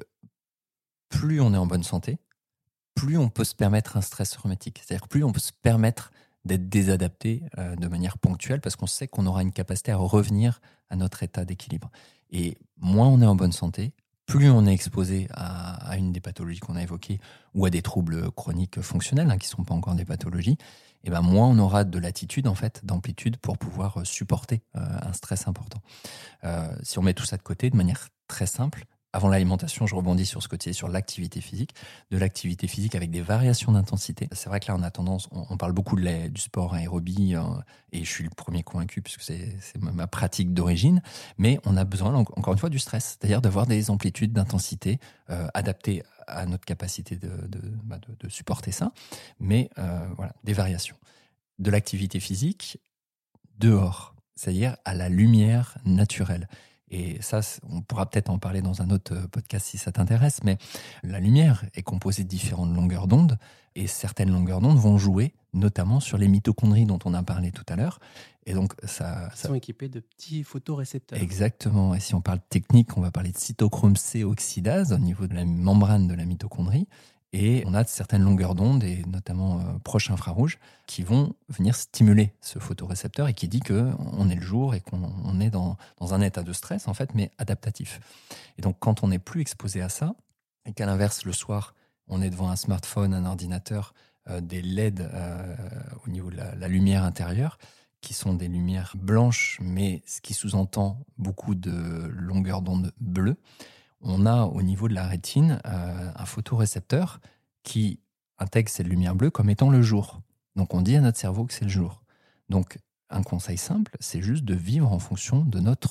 [SPEAKER 2] plus on est en bonne santé, plus on peut se permettre un stress hermétique. C'est-à-dire plus on peut se permettre d'être désadapté euh, de manière ponctuelle parce qu'on sait qu'on aura une capacité à revenir à notre état d'équilibre. Et moins on est en bonne santé, plus on est exposé à, à une des pathologies qu'on a évoquées ou à des troubles chroniques fonctionnels hein, qui ne sont pas encore des pathologies, et ben moins on aura de latitude, en fait, d'amplitude pour pouvoir supporter euh, un stress important. Euh, si on met tout ça de côté de manière très simple, avant l'alimentation, je rebondis sur ce côté, sur l'activité physique, de l'activité physique avec des variations d'intensité. C'est vrai que là, on a tendance, on, on parle beaucoup de la, du sport aérobie, euh, et je suis le premier convaincu puisque c'est, c'est ma pratique d'origine, mais on a besoin, encore une fois, du stress, c'est-à-dire d'avoir des amplitudes d'intensité euh, adaptées à notre capacité de, de, bah de, de supporter ça, mais euh, voilà, des variations. De l'activité physique dehors, c'est-à-dire à la lumière naturelle. Et ça, on pourra peut-être en parler dans un autre podcast si ça t'intéresse, mais la lumière est composée de différentes longueurs d'onde, et certaines longueurs d'onde vont jouer notamment sur les mitochondries dont on a parlé tout à l'heure. Et donc, ça,
[SPEAKER 3] Ils
[SPEAKER 2] ça...
[SPEAKER 3] sont équipés de petits photorécepteurs.
[SPEAKER 2] Exactement. Et si on parle technique, on va parler de cytochrome C oxydase au niveau de la membrane de la mitochondrie. Et on a certaines longueurs d'onde, et notamment euh, proches infrarouges, qui vont venir stimuler ce photorécepteur et qui dit qu'on est le jour et qu'on on est dans, dans un état de stress, en fait, mais adaptatif. Et donc, quand on n'est plus exposé à ça, et qu'à l'inverse, le soir, on est devant un smartphone, un ordinateur, euh, des L E D euh, au niveau de la, la lumière intérieure, qui sont des lumières blanches, mais ce qui sous-entend beaucoup de longueurs d'onde bleues, on a au niveau de la rétine euh, un photorécepteur qui intègre cette lumière bleue comme étant le jour. Donc on dit à notre cerveau que c'est le jour. Donc un conseil simple, c'est juste de vivre en fonction de notre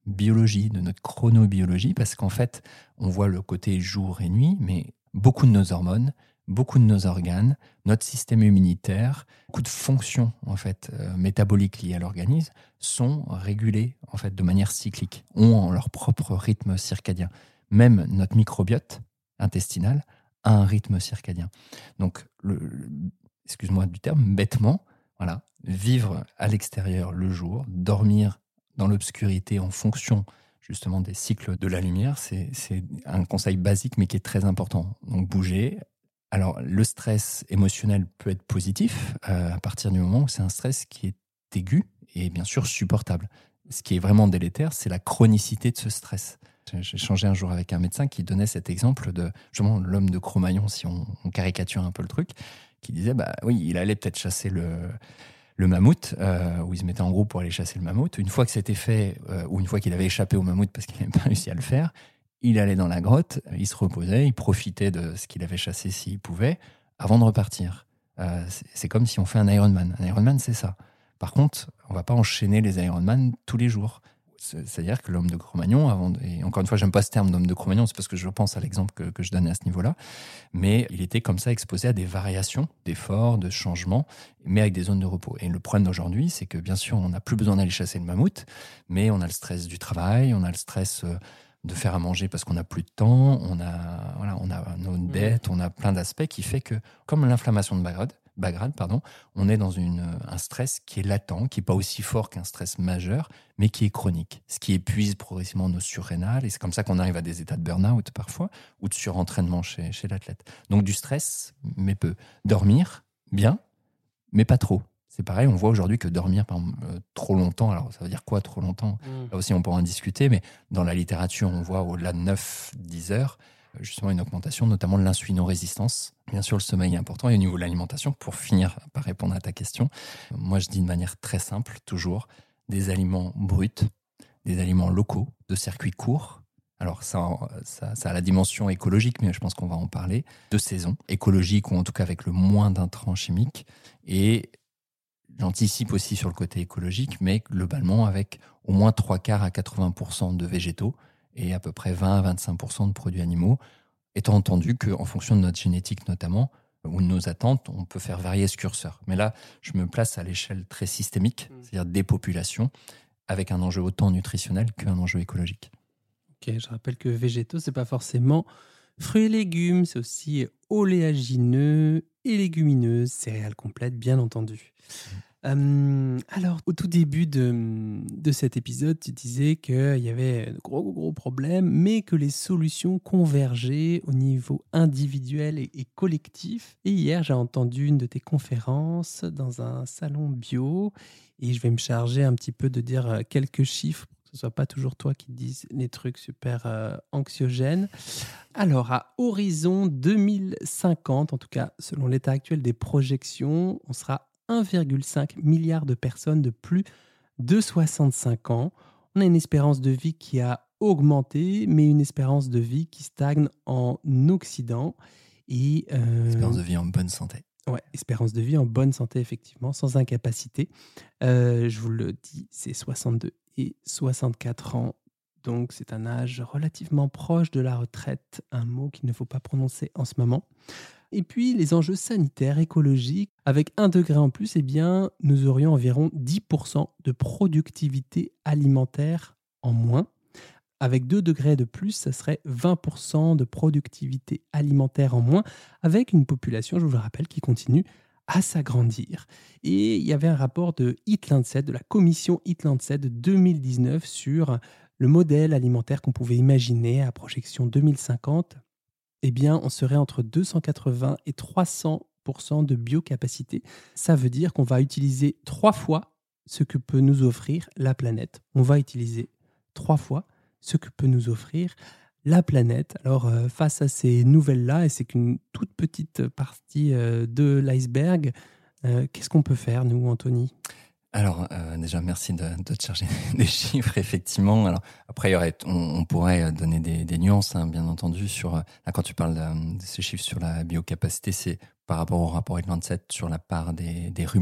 [SPEAKER 2] biologie, de notre chronobiologie, parce qu'en fait, on voit le côté jour et nuit, mais beaucoup de nos hormones, beaucoup de nos organes, notre système immunitaire, beaucoup de fonctions en fait euh, métaboliques liées à l'organisme sont régulées en fait de manière cyclique, ont leur propre rythme circadien. Même notre microbiote intestinal a un rythme circadien. Donc, le, le, excuse-moi du terme, bêtement, voilà, vivre à l'extérieur le jour, dormir dans l'obscurité en fonction justement des cycles de la lumière, c'est, c'est un conseil basique mais qui est très important. Donc bouger. Alors le stress émotionnel peut être positif euh, à partir du moment où c'est un stress qui est aigu et bien sûr supportable. Ce qui est vraiment délétère, c'est la chronicité de ce stress. J'ai échangé un jour avec un médecin qui donnait cet exemple de justement l'homme de Cro-Magnon, si on, on caricature un peu le truc, qui disait bah oui, il allait peut-être chasser le le mammouth, euh, où il se mettait en groupe pour aller chasser le mammouth. Une fois que c'était fait, euh, ou une fois qu'il avait échappé au mammouth parce qu'il n'avait pas réussi à le faire, il allait dans la grotte, il se reposait, il profitait de ce qu'il avait chassé s'il pouvait, avant de repartir. Euh, c'est, c'est comme si on fait un Ironman. Un Ironman, c'est ça. Par contre, on ne va pas enchaîner les Ironman tous les jours. C'est-à-dire que l'homme de Cro-Magnon, avant, et encore une fois, j'aime pas ce terme d'homme de Cro-Magnon, c'est parce que je pense à l'exemple que, que je donnais à ce niveau-là, mais il était comme ça exposé à des variations d'efforts, de changements, mais avec des zones de repos. Et le problème d'aujourd'hui, c'est que bien sûr, on n'a plus besoin d'aller chasser le mammouth, mais on a le stress du travail, on a le stress de faire à manger parce qu'on n'a plus de temps, on a, voilà, on a nos dettes, on a plein d'aspects qui fait que, comme l'inflammation de Bagrade, Bagrade, pardon, on est dans une, un stress qui est latent, qui n'est pas aussi fort qu'un stress majeur, mais qui est chronique, ce qui épuise progressivement nos surrénales, et c'est comme ça qu'on arrive à des états de burn-out parfois, ou de surentraînement chez, chez l'athlète. Donc du stress, mais peu. Dormir, bien, mais pas trop. C'est pareil, on voit aujourd'hui que dormir par exemple, euh, trop longtemps, alors ça veut dire quoi trop longtemps ? mmh. Là aussi on pourra en discuter, mais dans la littérature on voit au-delà de neuf à dix heures, justement une augmentation notamment de l'insulinorésistance. Bien sûr, le sommeil est important. Et au niveau de l'alimentation, pour finir par répondre à ta question, moi je dis de manière très simple, toujours, des aliments bruts, des aliments locaux, de circuits courts. Alors ça, ça, ça a la dimension écologique, mais je pense qu'on va en parler, de saison, écologique ou en tout cas avec le moins d'intrants chimiques. Et j'anticipe aussi sur le côté écologique, mais globalement avec au moins trois quarts à quatre-vingts pour cent de végétaux, et à peu près vingt à vingt-cinq pour cent de produits animaux, étant entendu qu'en fonction de notre génétique notamment, ou de nos attentes, on peut faire varier ce curseur. Mais là, je me place à l'échelle très systémique, c'est-à-dire des populations, avec un enjeu autant nutritionnel qu'un enjeu écologique.
[SPEAKER 3] Ok, je rappelle que végétaux, c'est pas forcément fruits et légumes, c'est aussi oléagineux et légumineuses, céréales complètes, bien entendu. Mmh. Euh, alors, au tout début de, de cet épisode, tu disais qu'il y avait de gros, gros problèmes, mais que les solutions convergeaient au niveau individuel et, et collectif. Et hier, j'ai entendu une de tes conférences dans un salon bio, et je vais me charger un petit peu de dire quelques chiffres, pour que ce ne soit pas toujours toi qui dises les trucs super euh, anxiogènes. Alors, à horizon deux mille cinquante, en tout cas, selon l'état actuel des projections, on sera un virgule cinq milliard de personnes de plus de soixante-cinq ans. On a une espérance de vie qui a augmenté, mais une espérance de vie qui stagne en Occident. Et, euh...
[SPEAKER 2] espérance de vie en bonne santé.
[SPEAKER 3] Ouais, espérance de vie en bonne santé, effectivement, sans incapacité. Euh, je vous le dis, c'est soixante-deux et soixante-quatre ans. Donc, c'est un âge relativement proche de la retraite, un mot qu'il ne faut pas prononcer en ce moment. Et puis, les enjeux sanitaires, écologiques, avec un degré en plus, eh bien, nous aurions environ dix pour cent de productivité alimentaire en moins. Avec deux degrés de plus, ça serait vingt pour cent de productivité alimentaire en moins, avec une population, je vous le rappelle, qui continue à s'agrandir. Et il y avait un rapport de Eat-Lancet, de la commission Eat-Lancet de deux mille dix-neuf sur le modèle alimentaire qu'on pouvait imaginer à projection deux mille cinquante. Eh bien, on serait entre deux cent quatre-vingts et trois cents pour cent de biocapacité. Ça veut dire qu'on va utiliser trois fois ce que peut nous offrir la planète. On va utiliser trois fois ce que peut nous offrir la planète. Alors, euh, face à ces nouvelles-là, et c'est qu'une toute petite partie euh, de l'iceberg, euh, qu'est-ce qu'on peut faire, nous, Anthony ?
[SPEAKER 2] Alors, euh, déjà, merci de, de te charger des chiffres, effectivement. Alors, après, il y aurait, on, on pourrait donner des, des nuances, hein, bien entendu, sur, là, quand tu parles de, de ces chiffres sur la biocapacité, c'est par rapport au rapport Eat-Lancet sur la part des, des ruminants.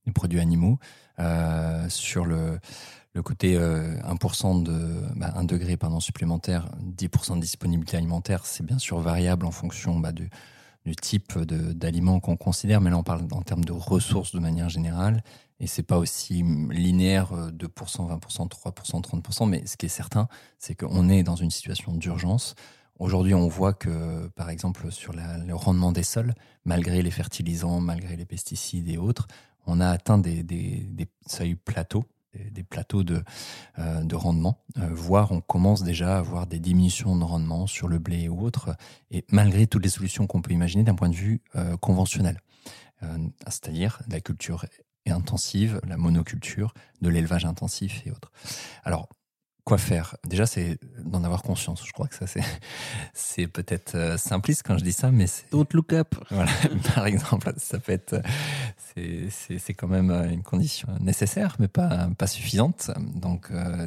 [SPEAKER 2] les produits animaux. Euh, sur le, le côté euh, un pour cent de bah, un degré pardon, supplémentaire, dix pour cent de disponibilité alimentaire, c'est bien sûr variable en fonction bah, du, du type de, d'aliments qu'on considère, mais là on parle en termes de ressources de manière générale, et c'est pas aussi linéaire, deux pour cent, vingt pour cent, trois pour cent, trente pour cent, mais ce qui est certain, c'est qu'on est dans une situation d'urgence. Aujourd'hui, on voit que, par exemple, sur la, le rendement des sols, malgré les fertilisants, malgré les pesticides et autres, on a atteint des, des, des seuils plateaux, des, des plateaux de, euh, de rendement, euh, voire on commence déjà à avoir des diminutions de rendement sur le blé ou autres, et malgré toutes les solutions qu'on peut imaginer d'un point de vue euh, conventionnel, euh, c'est-à-dire la culture intensive, la monoculture, de l'élevage intensif et autres. Alors, quoi faire ? Déjà, c'est d'en avoir conscience. Je crois que ça, c'est, c'est peut-être euh, simpliste quand je dis ça, mais c'est...
[SPEAKER 3] Don't look up.
[SPEAKER 2] Voilà, par exemple, ça peut être... C'est, c'est, c'est quand même une condition nécessaire, mais pas, pas suffisante. Donc, euh,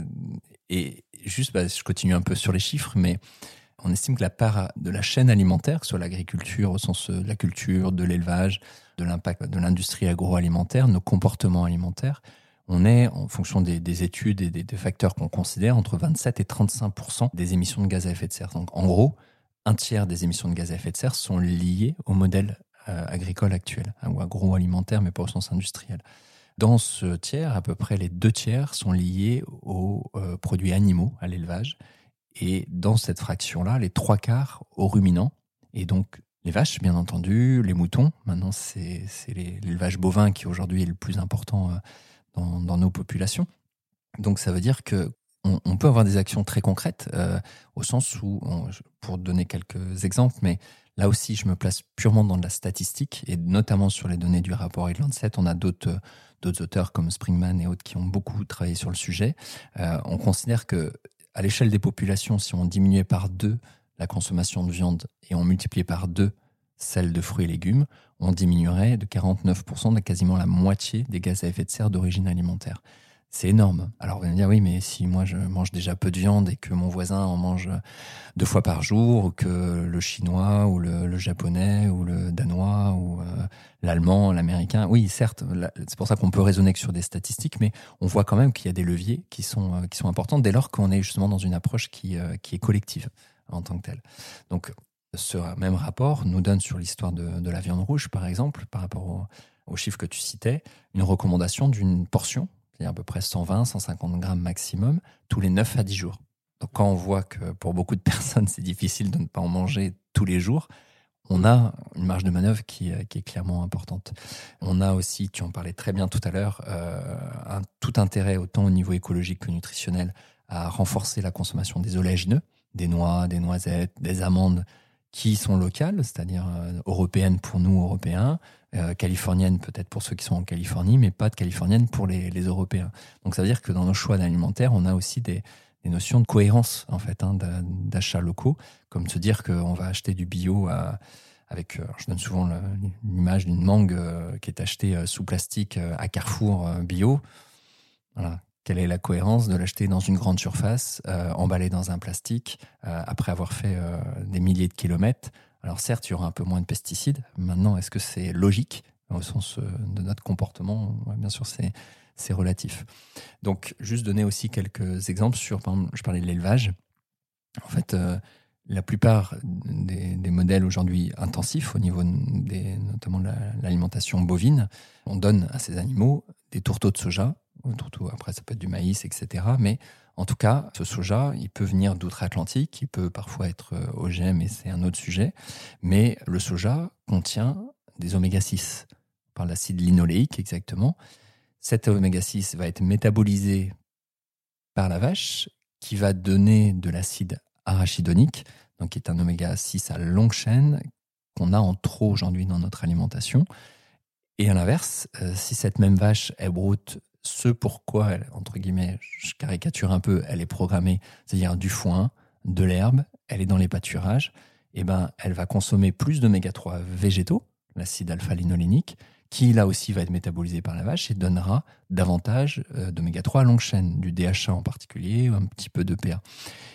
[SPEAKER 2] et juste, bah, je continue un peu sur les chiffres, mais on estime que la part de la chaîne alimentaire, que ce soit l'agriculture au sens de la culture, de l'élevage, de l'impact de l'industrie agroalimentaire, nos comportements alimentaires, on est, en fonction des, des études et des, des facteurs qu'on considère, entre vingt-sept et trente-cinq pour cent des émissions de gaz à effet de serre. Donc, en gros, un tiers des émissions de gaz à effet de serre sont liées au modèle euh, agricole actuel, hein, ou agroalimentaire, mais pas au sens industriel. Dans ce tiers, à peu près les deux tiers sont liés aux euh, produits animaux, à l'élevage. Et dans cette fraction-là, les trois quarts aux ruminants. Et donc, les vaches, bien entendu, les moutons. Maintenant, c'est, c'est les, l'élevage bovin qui aujourd'hui est le plus important euh, dans, dans nos populations. Donc, ça veut dire que on, on peut avoir des actions très concrètes, euh, au sens où, on, pour donner quelques exemples, mais là aussi, je me place purement dans de la statistique, et notamment sur les données du rapport Lancet. On a d'autres, d'autres auteurs comme Springman et autres qui ont beaucoup travaillé sur le sujet. Euh, on considère que à l'échelle des populations, si on diminuait par deux la consommation de viande et on multipliait par deux celle de fruits et légumes, on diminuerait de quarante-neuf pour cent, de quasiment la moitié des gaz à effet de serre d'origine alimentaire. C'est énorme. Alors, vous allez me dire, oui, mais si moi je mange déjà peu de viande et que mon voisin en mange deux fois par jour, ou que le chinois, ou le, le japonais, ou le danois, ou euh, l'allemand, l'américain, oui, certes, là, c'est pour ça qu'on peut raisonner que sur des statistiques, mais on voit quand même qu'il y a des leviers qui sont, euh, qui sont importants dès lors qu'on est justement dans une approche qui, euh, qui est collective en tant que telle. Donc, ce même rapport nous donne sur l'histoire de, de la viande rouge, par exemple, par rapport au, aux chiffres que tu citais, une recommandation d'une portion, c'est-à-dire à peu près cent vingt à cent cinquante grammes maximum, tous les neuf à dix jours. Donc quand on voit que pour beaucoup de personnes, c'est difficile de ne pas en manger tous les jours, on a une marge de manœuvre qui, qui est clairement importante. On a aussi, tu en parlais très bien tout à l'heure, euh, un tout intérêt, autant au niveau écologique que nutritionnel, à renforcer la consommation des oléagineux, des noix, des noisettes, des amandes, qui sont locales, c'est-à-dire euh, européennes pour nous, Européens, euh, californiennes peut-être pour ceux qui sont en Californie, mais pas de californiennes pour les, les Européens. Donc ça veut dire que dans nos choix alimentaires, on a aussi des, des notions de cohérence en fait, hein, d'achats locaux, comme se dire qu'on va acheter du bio à, avec, euh, je donne souvent le, l'image d'une mangue euh, qui est achetée euh, sous plastique euh, à Carrefour euh, bio. Voilà. Quelle est la cohérence de l'acheter dans une grande surface, euh, emballé dans un plastique, euh, après avoir fait euh, des milliers de kilomètres? Alors certes, il y aura un peu moins de pesticides. Maintenant, est-ce que c'est logique au sens euh, de notre comportement? Ouais, bien sûr, c'est, c'est relatif. Donc, juste donner aussi quelques exemples sur, par exemple, je parlais de l'élevage. En fait, euh, la plupart des, des modèles aujourd'hui intensifs, au niveau des, notamment de la, l'alimentation bovine, on donne à ces animaux des tourteaux de soja. Après, ça peut être du maïs, et cetera. Mais en tout cas, ce soja, il peut venir d'outre-Atlantique, il peut parfois être O G M, et c'est un autre sujet. Mais le soja contient des oméga six. On parle d'acide linoléique, exactement. Cet oméga six va être métabolisé par la vache, qui va donner de l'acide arachidonique, donc qui est un oméga six à longue chaîne, qu'on a en trop aujourd'hui dans notre alimentation. Et à l'inverse, euh, si cette même vache, elle broute ce pourquoi, elle, entre guillemets, je caricature un peu, elle est programmée, c'est-à-dire du foin, de l'herbe, elle est dans les pâturages, et ben, elle va consommer plus d'oméga trois végétaux, l'acide alpha-linolénique, qui là aussi va être métabolisé par la vache et donnera davantage euh, d'oméga trois à longue chaîne, du D H A en particulier, ou un petit peu d'E P A.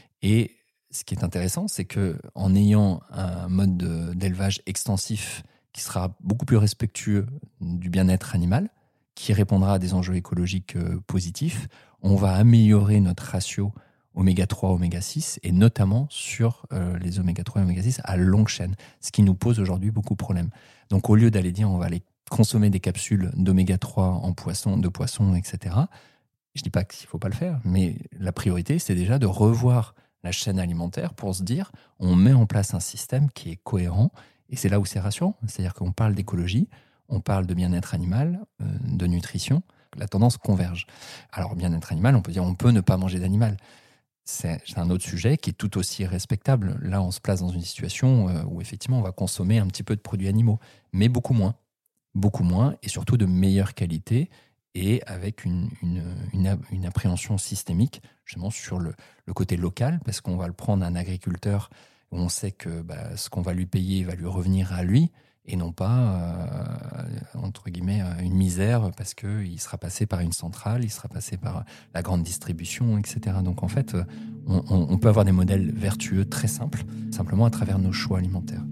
[SPEAKER 2] Et ce qui est intéressant, c'est qu'en ayant un mode de, d'élevage extensif qui sera beaucoup plus respectueux du bien-être animal, qui répondra à des enjeux écologiques euh, positifs. On va améliorer notre ratio oméga trois, oméga six, et notamment sur euh, les oméga trois et oméga six à longue chaîne, ce qui nous pose aujourd'hui beaucoup de problèmes. Donc au lieu d'aller dire on va aller consommer des capsules d'oméga trois en poisson, de poisson, et cetera, je ne dis pas qu'il ne faut pas le faire, mais la priorité, c'est déjà de revoir la chaîne alimentaire pour se dire on met en place un système qui est cohérent, et c'est là où c'est rassurant. C'est-à-dire qu'on parle d'écologie, on parle de bien-être animal, euh, de nutrition, la tendance converge. Alors bien-être animal, on peut dire on peut ne pas manger d'animal. C'est un autre sujet qui est tout aussi respectable. Là, on se place dans une situation où effectivement, on va consommer un petit peu de produits animaux, mais beaucoup moins. Beaucoup moins, et surtout de meilleure qualité, et avec une, une, une, une appréhension systémique, justement sur le, le côté local, parce qu'on va le prendre à un agriculteur où on sait que bah, ce qu'on va lui payer va lui revenir à lui, et non pas, euh, entre guillemets, une misère parce qu'il sera passé par une centrale, il sera passé par la grande distribution, et cetera. Donc en fait, on, on peut avoir des modèles vertueux très simples, simplement à travers nos choix alimentaires.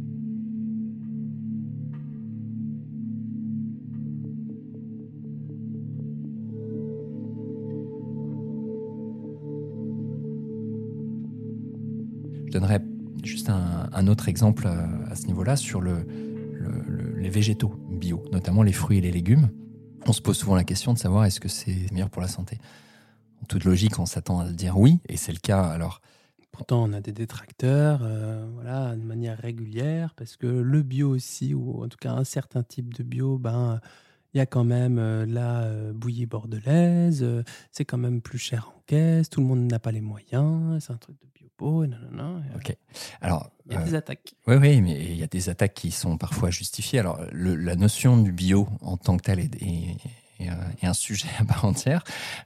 [SPEAKER 2] Je donnerais juste un, un autre exemple à, à ce niveau-là sur le, le, le, les végétaux bio, notamment les fruits et les légumes. On se pose souvent la question de savoir est-ce que c'est meilleur pour la santé. En toute logique, on s'attend à le dire oui, et c'est le cas. Alors,
[SPEAKER 3] pourtant, on a des détracteurs, euh, voilà, de manière régulière, parce que le bio aussi, ou en tout cas un certain type de bio, ben, il y a quand même euh, la euh, bouillie bordelaise, euh, c'est quand même plus cher en caisse, tout le monde n'a pas les moyens, c'est un truc de bio, et non, non, non.
[SPEAKER 2] Ok. Alors,
[SPEAKER 3] il y a euh, des attaques.
[SPEAKER 2] Oui, oui, mais il y a des attaques qui sont parfois justifiées. Alors, le, la notion du bio en tant que telle est, est, est, est un sujet à part entière.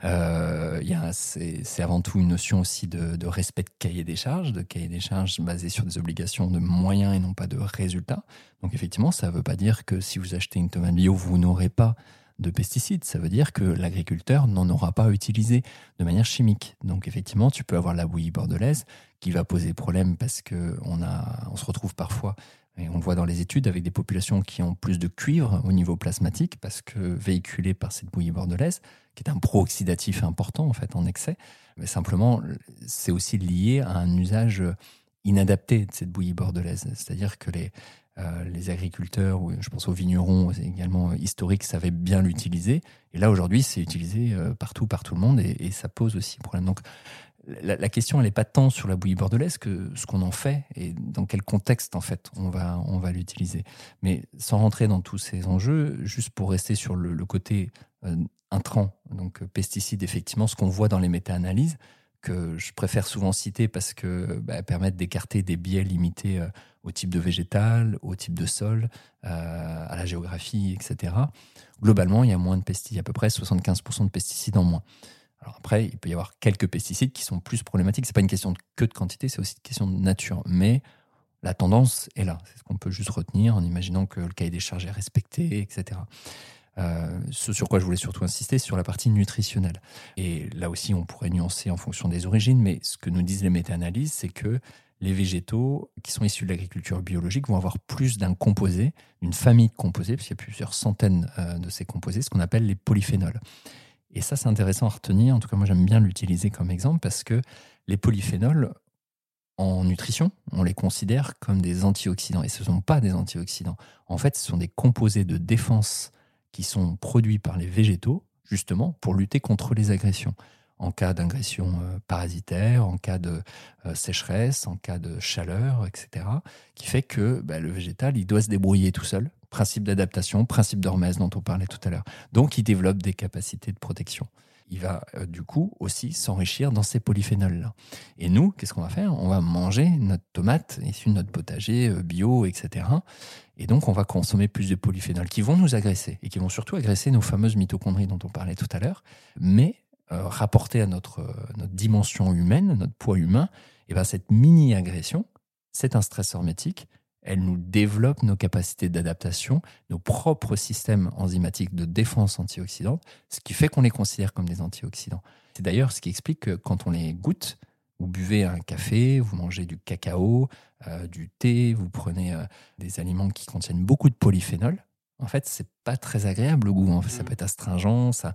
[SPEAKER 2] Euh, il y a, c'est, c'est avant tout une notion aussi de, de respect de cahier des charges, de cahier des charges basé sur des obligations de moyens et non pas de résultats. Donc, effectivement, ça ne veut pas dire que si vous achetez une tomate bio, vous n'aurez pas de pesticides. Ça veut dire que l'agriculteur n'en aura pas utilisé de manière chimique. Donc effectivement, tu peux avoir la bouillie bordelaise qui va poser problème parce qu'on a, on se retrouve parfois, et on le voit dans les études, avec des populations qui ont plus de cuivre au niveau plasmatique parce que véhiculé par cette bouillie bordelaise, qui est un pro-oxydatif important en fait en excès. Mais simplement, c'est aussi lié à un usage inadapté de cette bouillie bordelaise. C'est-à-dire que les Euh, les agriculteurs, ou je pense aux vignerons également historiques, savaient bien l'utiliser. Et là, aujourd'hui, c'est utilisé euh, partout, par tout le monde, et, et ça pose aussi problème. Donc, la, la question, elle n'est pas tant sur la bouillie bordelaise que ce qu'on en fait et dans quel contexte, en fait, on va, on va l'utiliser. Mais sans rentrer dans tous ces enjeux, juste pour rester sur le, le côté euh, intrant, donc pesticides, effectivement, ce qu'on voit dans les méta-analyses, que je préfère souvent citer parce que bah, permettent d'écarter des biais limités euh, au type de végétal, au type de sol, euh, à la géographie, et cetera. Globalement, il y a moins de pesticides, à peu près soixante-quinze pour cent de pesticides en moins. Alors après, il peut y avoir quelques pesticides qui sont plus problématiques. C'est pas une question de, que de quantité, c'est aussi une question de nature. Mais la tendance est là. C'est ce qu'on peut juste retenir en imaginant que le cahier des charges est respecté, et cetera. Euh, ce sur quoi je voulais surtout insister, sur la partie nutritionnelle. Et là aussi, on pourrait nuancer en fonction des origines, mais ce que nous disent les méta-analyses, c'est que les végétaux qui sont issus de l'agriculture biologique vont avoir plus d'un composé, d'une famille de composés, parce qu'il y a plusieurs centaines euh, de ces composés, ce qu'on appelle les polyphénols. Et ça, c'est intéressant à retenir. En tout cas, moi, j'aime bien l'utiliser comme exemple parce que les polyphénols, en nutrition, on les considère comme des antioxydants. Et ce ne sont pas des antioxydants. En fait, ce sont des composés de défense qui sont produits par les végétaux, justement, pour lutter contre les agressions. En cas d'agression euh, parasitaire, en cas de euh, sécheresse, en cas de chaleur, et cetera, qui fait que bah, le végétal, il doit se débrouiller tout seul. Principe d'adaptation, principe d'hormèse dont on parlait tout à l'heure. Donc, il développe des capacités de protection. Il va euh, du coup aussi s'enrichir dans ces polyphénols-là. Et nous, qu'est-ce qu'on va faire ? On va manger notre tomate issue de notre potager euh, bio, et cetera. Et donc, on va consommer plus de polyphénols qui vont nous agresser et qui vont surtout agresser nos fameuses mitochondries dont on parlait tout à l'heure. Mais euh, rapporté à notre, euh, notre dimension humaine, notre poids humain, et ben cette mini-agression, c'est un stress hormétique. Elle nous développe nos capacités d'adaptation, nos propres systèmes enzymatiques de défense antioxydante, ce qui fait qu'on les considère comme des antioxydants. C'est d'ailleurs ce qui explique que quand on les goûte, vous buvez un café, vous mangez du cacao, euh, du thé, vous prenez euh, des aliments qui contiennent beaucoup de polyphénols, en fait, c'est pas très agréable le goût. En fait, ça peut être astringent, ça.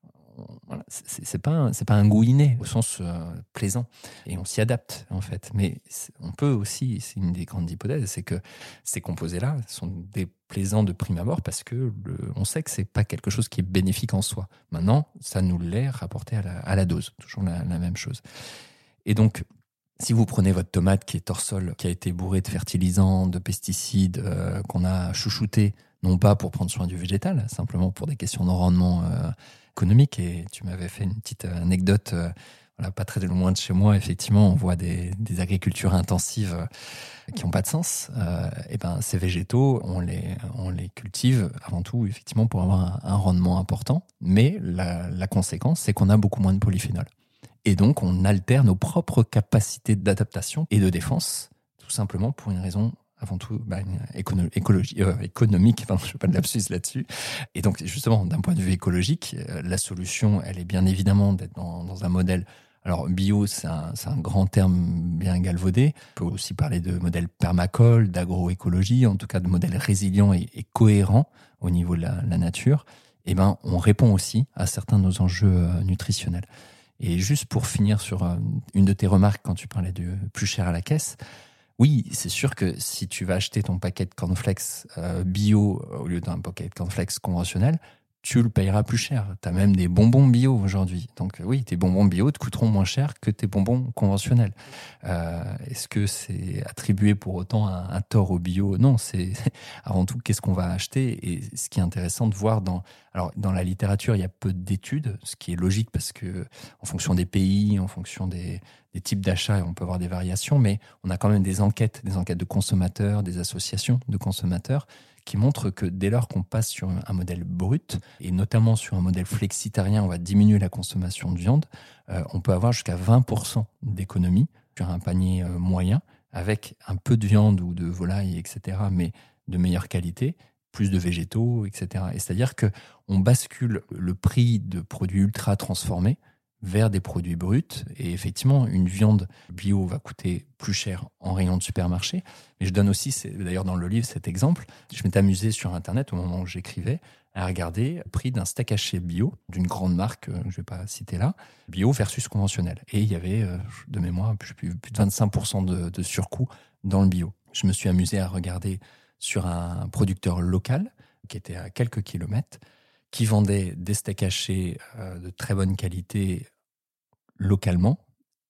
[SPEAKER 2] Voilà, c'est, c'est pas un, c'est pas un goût inné au sens euh, plaisant, et on s'y adapte en fait. Mais on peut aussi, c'est une des grandes hypothèses, c'est que ces composés-là sont déplaisants de prime abord parce que le, on sait que c'est pas quelque chose qui est bénéfique en soi. Maintenant, ça nous l'est rapporté à la, à la dose, toujours la, la même chose. Et donc, si vous prenez votre tomate qui est hors-sol, qui a été bourrée de fertilisants, de pesticides, euh, qu'on a chouchouté, non pas pour prendre soin du végétal, simplement pour des questions de rendement euh, économique, et tu m'avais fait une petite anecdote, euh, voilà, pas très loin de chez moi, effectivement, on voit des, des agricultures intensives euh, qui n'ont pas de sens. Euh, et ben, ces végétaux, on les, on les cultive avant tout, effectivement, pour avoir un, un rendement important, mais la, la conséquence, c'est qu'on a beaucoup moins de polyphénol. Et donc, on altère nos propres capacités d'adaptation et de défense, tout simplement pour une raison avant tout bah, écono- écologie, euh, économique, enfin, je ne fais pas de lapsus là-dessus. Et donc, justement, d'un point de vue écologique, euh, la solution, elle est bien évidemment d'être dans, dans un modèle. Alors, bio, c'est un, c'est un grand terme bien galvaudé. On peut aussi parler de modèle permacole, d'agroécologie, en tout cas de modèle résilient et, et cohérent au niveau de la, la nature. Et ben, on répond aussi à certains de nos enjeux euh, nutritionnels. Et juste pour finir sur euh, une de tes remarques quand tu parlais de plus cher à la caisse, oui, c'est sûr que si tu vas acheter ton paquet de cornflakes euh, bio au lieu d'un paquet de cornflakes conventionnel, tu le payeras plus cher. Tu as même des bonbons bio aujourd'hui. Donc oui, tes bonbons bio te coûteront moins cher que tes bonbons conventionnels. Euh, est-ce que c'est attribué pour autant un, un tort au bio ? Non, c'est avant tout qu'est-ce qu'on va acheter. Et ce qui est intéressant de voir dans, alors, dans la littérature, il y a peu d'études, ce qui est logique parce que en fonction des pays, en fonction des, des types d'achats, on peut avoir des variations, mais on a quand même des enquêtes, des enquêtes de consommateurs, des associations de consommateurs qui montrent que dès lors qu'on passe sur un modèle brut, et notamment sur un modèle flexitarien, on va diminuer la consommation de viande, euh, on peut avoir jusqu'à vingt pour cent d'économie sur un panier euh, moyen, avec un peu de viande ou de volaille, et cetera, mais de meilleure qualité, plus de végétaux, et cetera. Et c'est-à-dire qu'on bascule le prix de produits ultra transformés vers des produits bruts. Et effectivement, une viande bio va coûter plus cher en rayon de supermarché. Mais je donne aussi, c'est, d'ailleurs dans le livre, cet exemple. Je m'étais amusé sur Internet, au moment où j'écrivais, à regarder le prix d'un steak haché bio, d'une grande marque, je ne vais pas citer là, bio versus conventionnel. Et il y avait, de mémoire, je sais plus, plus de vingt-cinq pour cent de, de surcoût dans le bio. Je me suis amusé à regarder sur un producteur local, qui était à quelques kilomètres, qui vendait des steaks hachés euh, de très bonne qualité localement,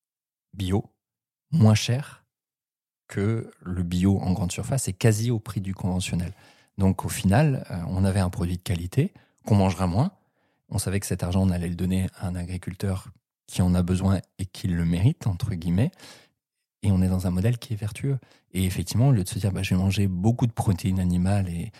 [SPEAKER 2] bio, moins cher que le bio en grande surface et quasi au prix du conventionnel. Donc au final, euh, on avait un produit de qualité qu'on mangera moins. On savait que cet argent, on allait le donner à un agriculteur qui en a besoin et qui le mérite, entre guillemets. Et on est dans un modèle qui est vertueux. Et effectivement, au lieu de se dire bah, « je vais manger beaucoup de protéines animales » et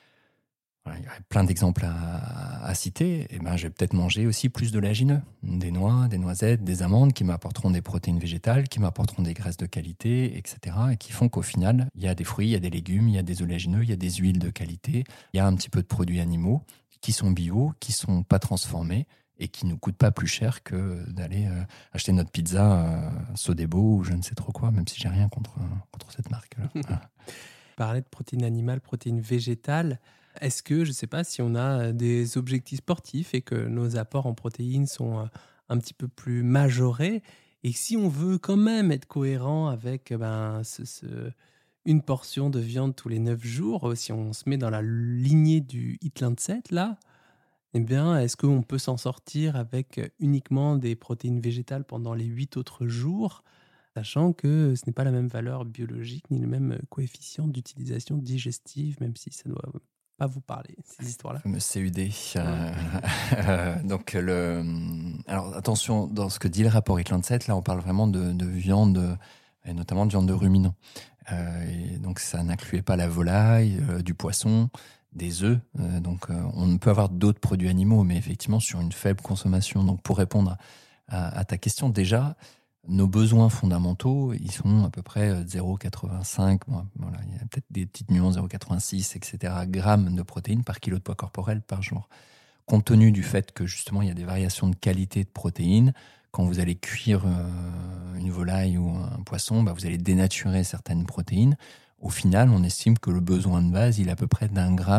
[SPEAKER 2] il y aurait plein d'exemples à, à citer. Et ben, je vais peut-être manger aussi plus d'oléagineux, des noix, des noisettes, des amandes qui m'apporteront des protéines végétales, qui m'apporteront des graisses de qualité, et cetera. Et qui font qu'au final, il y a des fruits, il y a des légumes, il y a des oléagineux, il y a des huiles de qualité, il y a un petit peu de produits animaux qui sont bio, qui sont pas transformés et qui nous coûtent pas plus cher que d'aller euh, acheter notre pizza euh, Sodebo ou je ne sais trop quoi, même si j'ai rien contre, contre cette marque-là. Voilà.
[SPEAKER 3] Parler de protéines animales, protéines végétales. Est-ce que, je ne sais pas, si on a des objectifs sportifs et que nos apports en protéines sont un petit peu plus majorés, et si on veut quand même être cohérent avec ben, ce, ce, une portion de viande tous les neuf jours, si on se met dans la lignée du Eat Lancet, là, eh bien, est-ce qu'on peut s'en sortir avec uniquement des protéines végétales pendant les huit autres jours, sachant que ce n'est pas la même valeur biologique ni le même coefficient d'utilisation digestive, même si ça doit pas vous parler, ces histoires-là.
[SPEAKER 2] Le C U D. Euh, euh, donc, le, alors attention, dans ce que dit le rapport Eat Lancet, là, on parle vraiment de, de viande, et notamment de viande de ruminants. Euh, et donc, ça n'incluait pas la volaille, euh, du poisson, des œufs. Euh, donc, euh, on peut avoir d'autres produits animaux, mais effectivement, sur une faible consommation. Donc, pour répondre à, à ta question, déjà, nos besoins fondamentaux, ils sont à peu près zéro virgule quatre-vingt-cinq, bon, voilà, il y a peut-être des petites nuances, zéro virgule quatre-vingt-six, et cetera, grammes de protéines par kilo de poids corporel par jour. Compte tenu du fait que justement il y a des variations de qualité de protéines, quand vous allez cuire euh, une volaille ou un poisson, bah, vous allez dénaturer certaines protéines. Au final, on estime que le besoin de base, il est à peu près d'un gramme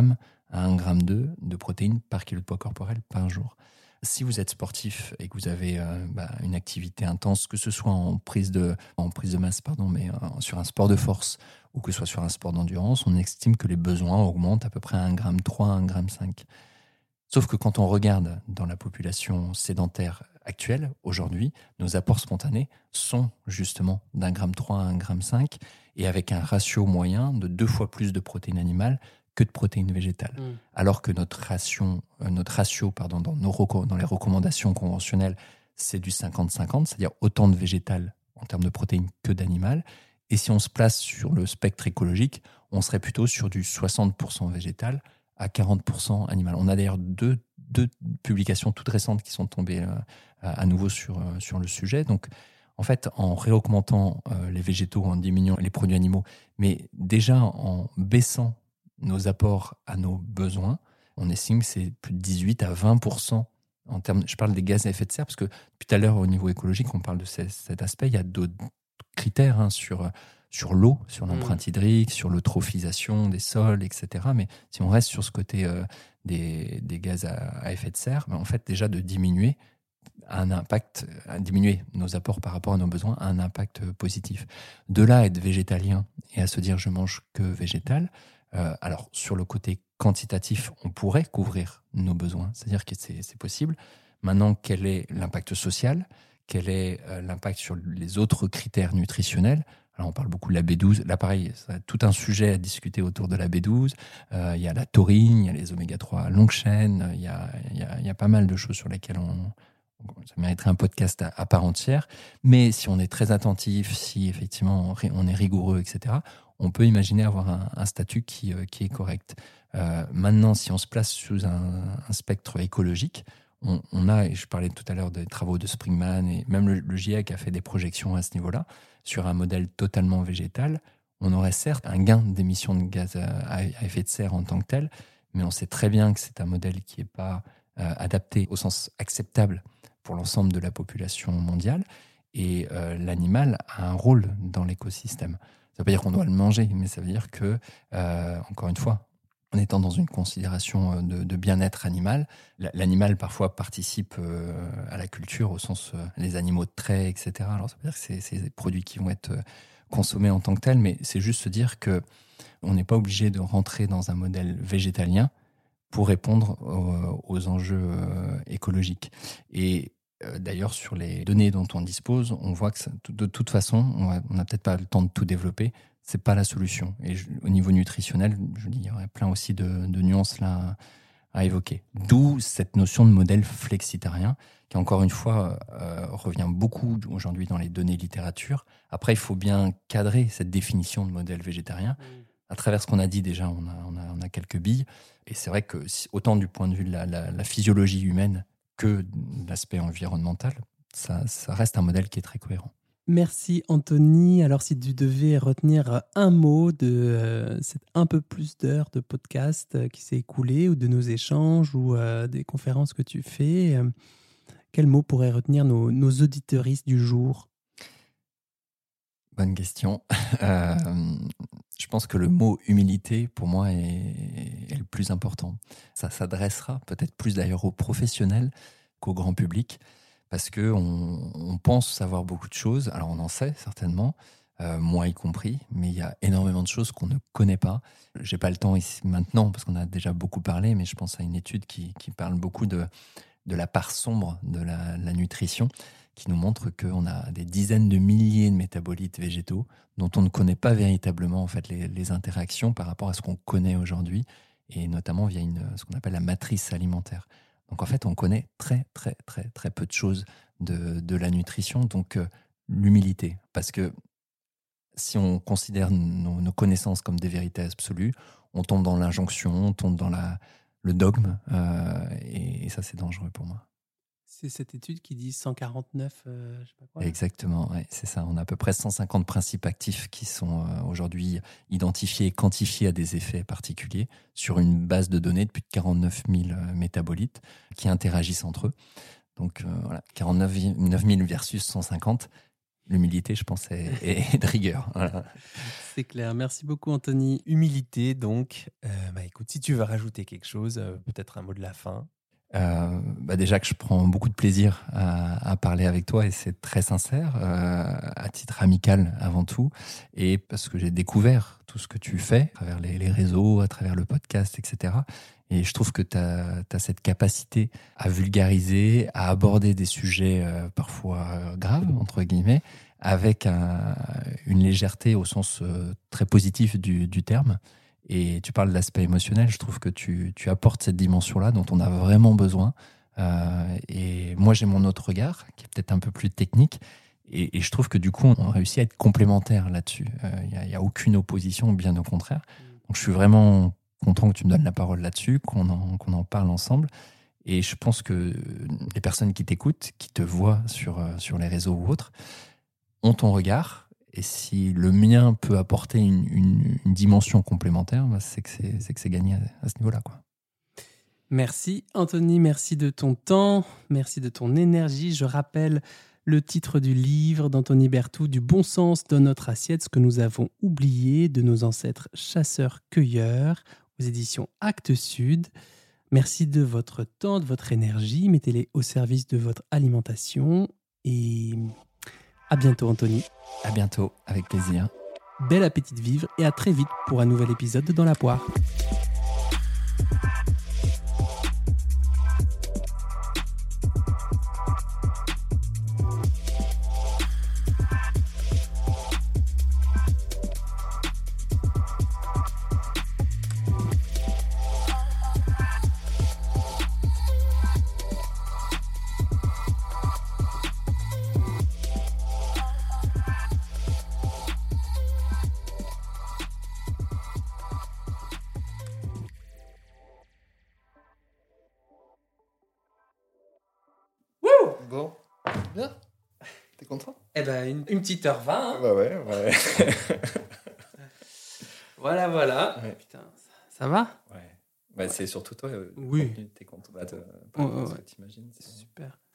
[SPEAKER 2] à un virgule deux grammes de protéines par kilo de poids corporel par jour. Si vous êtes sportif et que vous avez euh, bah, une activité intense, que ce soit en prise de, en prise de masse, pardon, mais euh, sur un sport de force ou que ce soit sur un sport d'endurance, on estime que les besoins augmentent à peu près à un virgule trois grammes, un virgule cinq grammes. Sauf que quand on regarde dans la population sédentaire actuelle, aujourd'hui, nos apports spontanés sont justement d'un virgule trois grammes à un virgule cinq grammes et avec un ratio moyen de deux fois plus de protéines animales que de protéines végétales. Mmh. Alors que notre ratio, euh, notre ratio pardon, dans, nos, dans les recommandations conventionnelles, c'est du cinquante cinquante, c'est-à-dire autant de végétal en termes de protéines que d'animal. Et si on se place sur le spectre écologique, on serait plutôt sur du soixante pour cent végétal à quarante pour cent animal. On a d'ailleurs deux, deux publications toutes récentes qui sont tombées euh, à nouveau sur, euh, sur le sujet. Donc, en fait, en réaugmentant euh, les végétaux, en diminuant les produits animaux, mais déjà en baissant nos apports à nos besoins, on estime que c'est plus de dix-huit à vingt pour cent en termes, je parle des gaz à effet de serre, parce que depuis tout à l'heure, au niveau écologique, on parle de ce, cet aspect. Il y a d'autres critères hein, sur, sur l'eau, sur l'empreinte mmh. hydrique, sur l'eutrophisation des sols, et cetera. Mais si on reste sur ce côté euh, des, des gaz à, à effet de serre, ben en fait, déjà de diminuer a un impact, à diminuer nos apports par rapport à nos besoins a un impact positif. De là à être végétalien et à se dire je mange que végétal, Euh, alors, sur le côté quantitatif, on pourrait couvrir nos besoins, c'est-à-dire que c'est, c'est possible. Maintenant, quel est l'impact social ? Quel est euh, l'impact sur les autres critères nutritionnels ? Alors, on parle beaucoup de la B douze. Là, pareil, c'est tout un sujet à discuter autour de la B douze. Euh, il y a la taurine, il y a les oméga trois longue chaîne, il y a, il y a, il y a pas mal de choses sur lesquelles on... Ça mériterait un podcast à, à part entière. Mais si on est très attentif, si effectivement on est rigoureux, et cetera, on peut imaginer avoir un, un statut qui, euh, qui est correct. Euh, maintenant, si on se place sous un, un spectre écologique, on, on a, et je parlais tout à l'heure des travaux de Springman, et même le, le GIEC a fait des projections à ce niveau-là, sur un modèle totalement végétal, on aurait certes un gain d'émissions de gaz à, à effet de serre en tant que tel, mais on sait très bien que c'est un modèle qui n'est pas euh, adapté au sens acceptable pour l'ensemble de la population mondiale, et euh, l'animal a un rôle dans l'écosystème. Ça ne veut pas dire qu'on doit le manger, mais ça veut dire que, euh, encore une fois, en étant dans une considération de, de bien-être animal, l'animal parfois participe euh, à la culture au sens euh, les animaux de trait, et cetera. Alors ça veut dire que c'est, c'est des produits qui vont être consommés en tant que tels, mais c'est juste se dire que on n'est pas obligé de rentrer dans un modèle végétalien pour répondre aux, aux enjeux euh, écologiques. Et euh, d'ailleurs, sur les données dont on dispose, on voit que ça, de toute façon, on n'a peut-être pas le temps de tout développer, c'est pas la solution. Et je, au niveau nutritionnel, je dis, il y aurait plein aussi de, de nuances là à, à évoquer. D'où cette notion de modèle flexitarien, qui encore une fois euh, revient beaucoup aujourd'hui dans les données littérature. Après, il faut bien cadrer cette définition de modèle végétarien. Mmh. À travers ce qu'on a dit déjà, on a, on a, on a quelques billes. Et c'est vrai que autant du point de vue de la, la, la physiologie humaine que de l'aspect environnemental, ça, ça reste un modèle qui est très cohérent.
[SPEAKER 3] Merci Anthony. Alors si tu devais retenir un mot de euh, cette un peu plus d'heures de podcast euh, qui s'est écoulé, ou de nos échanges, ou euh, des conférences que tu fais, euh, quel mot pourrait retenir nos, nos auditeuristes du jour ?
[SPEAKER 2] Bonne question. Euh, je pense que le mot humilité, pour moi, est, est le plus important. Ça s'adressera peut-être plus d'ailleurs aux professionnels qu'au grand public, parce qu'on on pense savoir beaucoup de choses. Alors on en sait certainement, euh, moi y compris, mais il y a énormément de choses qu'on ne connaît pas. J'ai pas le temps ici maintenant, parce qu'on a déjà beaucoup parlé, mais je pense à une étude qui, qui parle beaucoup de, de la part sombre de la, la nutrition, qui nous montre qu'on a des dizaines de milliers de métabolites végétaux dont on ne connaît pas véritablement en fait, les, les interactions par rapport à ce qu'on connaît aujourd'hui, et notamment via une, ce qu'on appelle la matrice alimentaire. Donc en fait, on connaît très, très, très, très peu de choses de, de la nutrition, donc euh, l'humilité. Parce que si on considère nos, nos connaissances comme des vérités absolues, on tombe dans l'injonction, on tombe dans la, le dogme, euh, et, et ça, c'est dangereux pour moi.
[SPEAKER 3] C'est cette étude qui dit cent quarante-neuf, euh, je sais pas quoi.
[SPEAKER 2] Exactement, ouais, c'est ça. On a à peu près cent cinquante principes actifs qui sont euh, aujourd'hui identifiés et quantifiés à des effets particuliers sur une base de données de plus de quarante-neuf mille euh, métabolites qui interagissent entre eux. Donc euh, voilà, quarante-neuf mille versus cent cinquante. l'humilité, je pense, est, est de rigueur. Voilà.
[SPEAKER 3] C'est clair. Merci beaucoup, Anthony.
[SPEAKER 1] Humilité, donc. Euh, bah, écoute, si tu veux rajouter quelque chose, euh, peut-être un mot de la fin.
[SPEAKER 2] Euh, bah déjà que je prends beaucoup de plaisir à, à parler avec toi et c'est très sincère, euh, à titre amical avant tout, et parce que j'ai découvert tout ce que tu fais à travers les, les réseaux, à travers le podcast, et cetera. Et je trouve que tu as cette capacité à vulgariser, à aborder des sujets euh, parfois graves, entre guillemets, avec un, une légèreté au sens euh, très positif du, du terme. Et tu parles de l'aspect émotionnel, je trouve que tu, tu apportes cette dimension-là dont on a vraiment besoin. Euh, et moi, j'ai mon autre regard, qui est peut-être un peu plus technique. Et, et je trouve que du coup, on réussit à être complémentaires là-dessus. Il euh, n'y a, a aucune opposition, bien au contraire. Donc je suis vraiment content que tu me donnes la parole là-dessus, qu'on en, qu'on en parle ensemble. Et je pense que les personnes qui t'écoutent, qui te voient sur, sur les réseaux ou autres, ont ton regard. Et si le mien peut apporter une, une, une dimension complémentaire, bah c'est que c'est, c'est que c'est gagné à, à ce niveau-là, quoi.
[SPEAKER 3] Merci Anthony, merci de ton temps, merci de ton énergie. Je rappelle le titre du livre d'Anthony Berthoud, Du bon sens dans notre assiette, ce que nous avons oublié de nos ancêtres chasseurs-cueilleurs, aux éditions Actes Sud. Merci de votre temps, de votre énergie. Mettez-les au service de votre alimentation. Et à bientôt Anthony.
[SPEAKER 2] À bientôt, avec plaisir.
[SPEAKER 3] Bel appétit de vivre et à très vite pour un nouvel épisode de Dans la poire.
[SPEAKER 1] Bon, bien. T'es content?
[SPEAKER 3] Eh ben, une, une petite heure vingt. Hein.
[SPEAKER 1] Bah ouais, ouais.
[SPEAKER 3] Voilà, voilà.
[SPEAKER 1] Ouais.
[SPEAKER 3] Putain, ça, ça va?
[SPEAKER 2] Ouais. Bah, c'est surtout toi, euh,
[SPEAKER 3] Oui.
[SPEAKER 2] contenu, t'es content bah, de,
[SPEAKER 3] Ouais, ouais,
[SPEAKER 2] ce
[SPEAKER 3] ouais.
[SPEAKER 2] que t'imagines.
[SPEAKER 3] C'est super.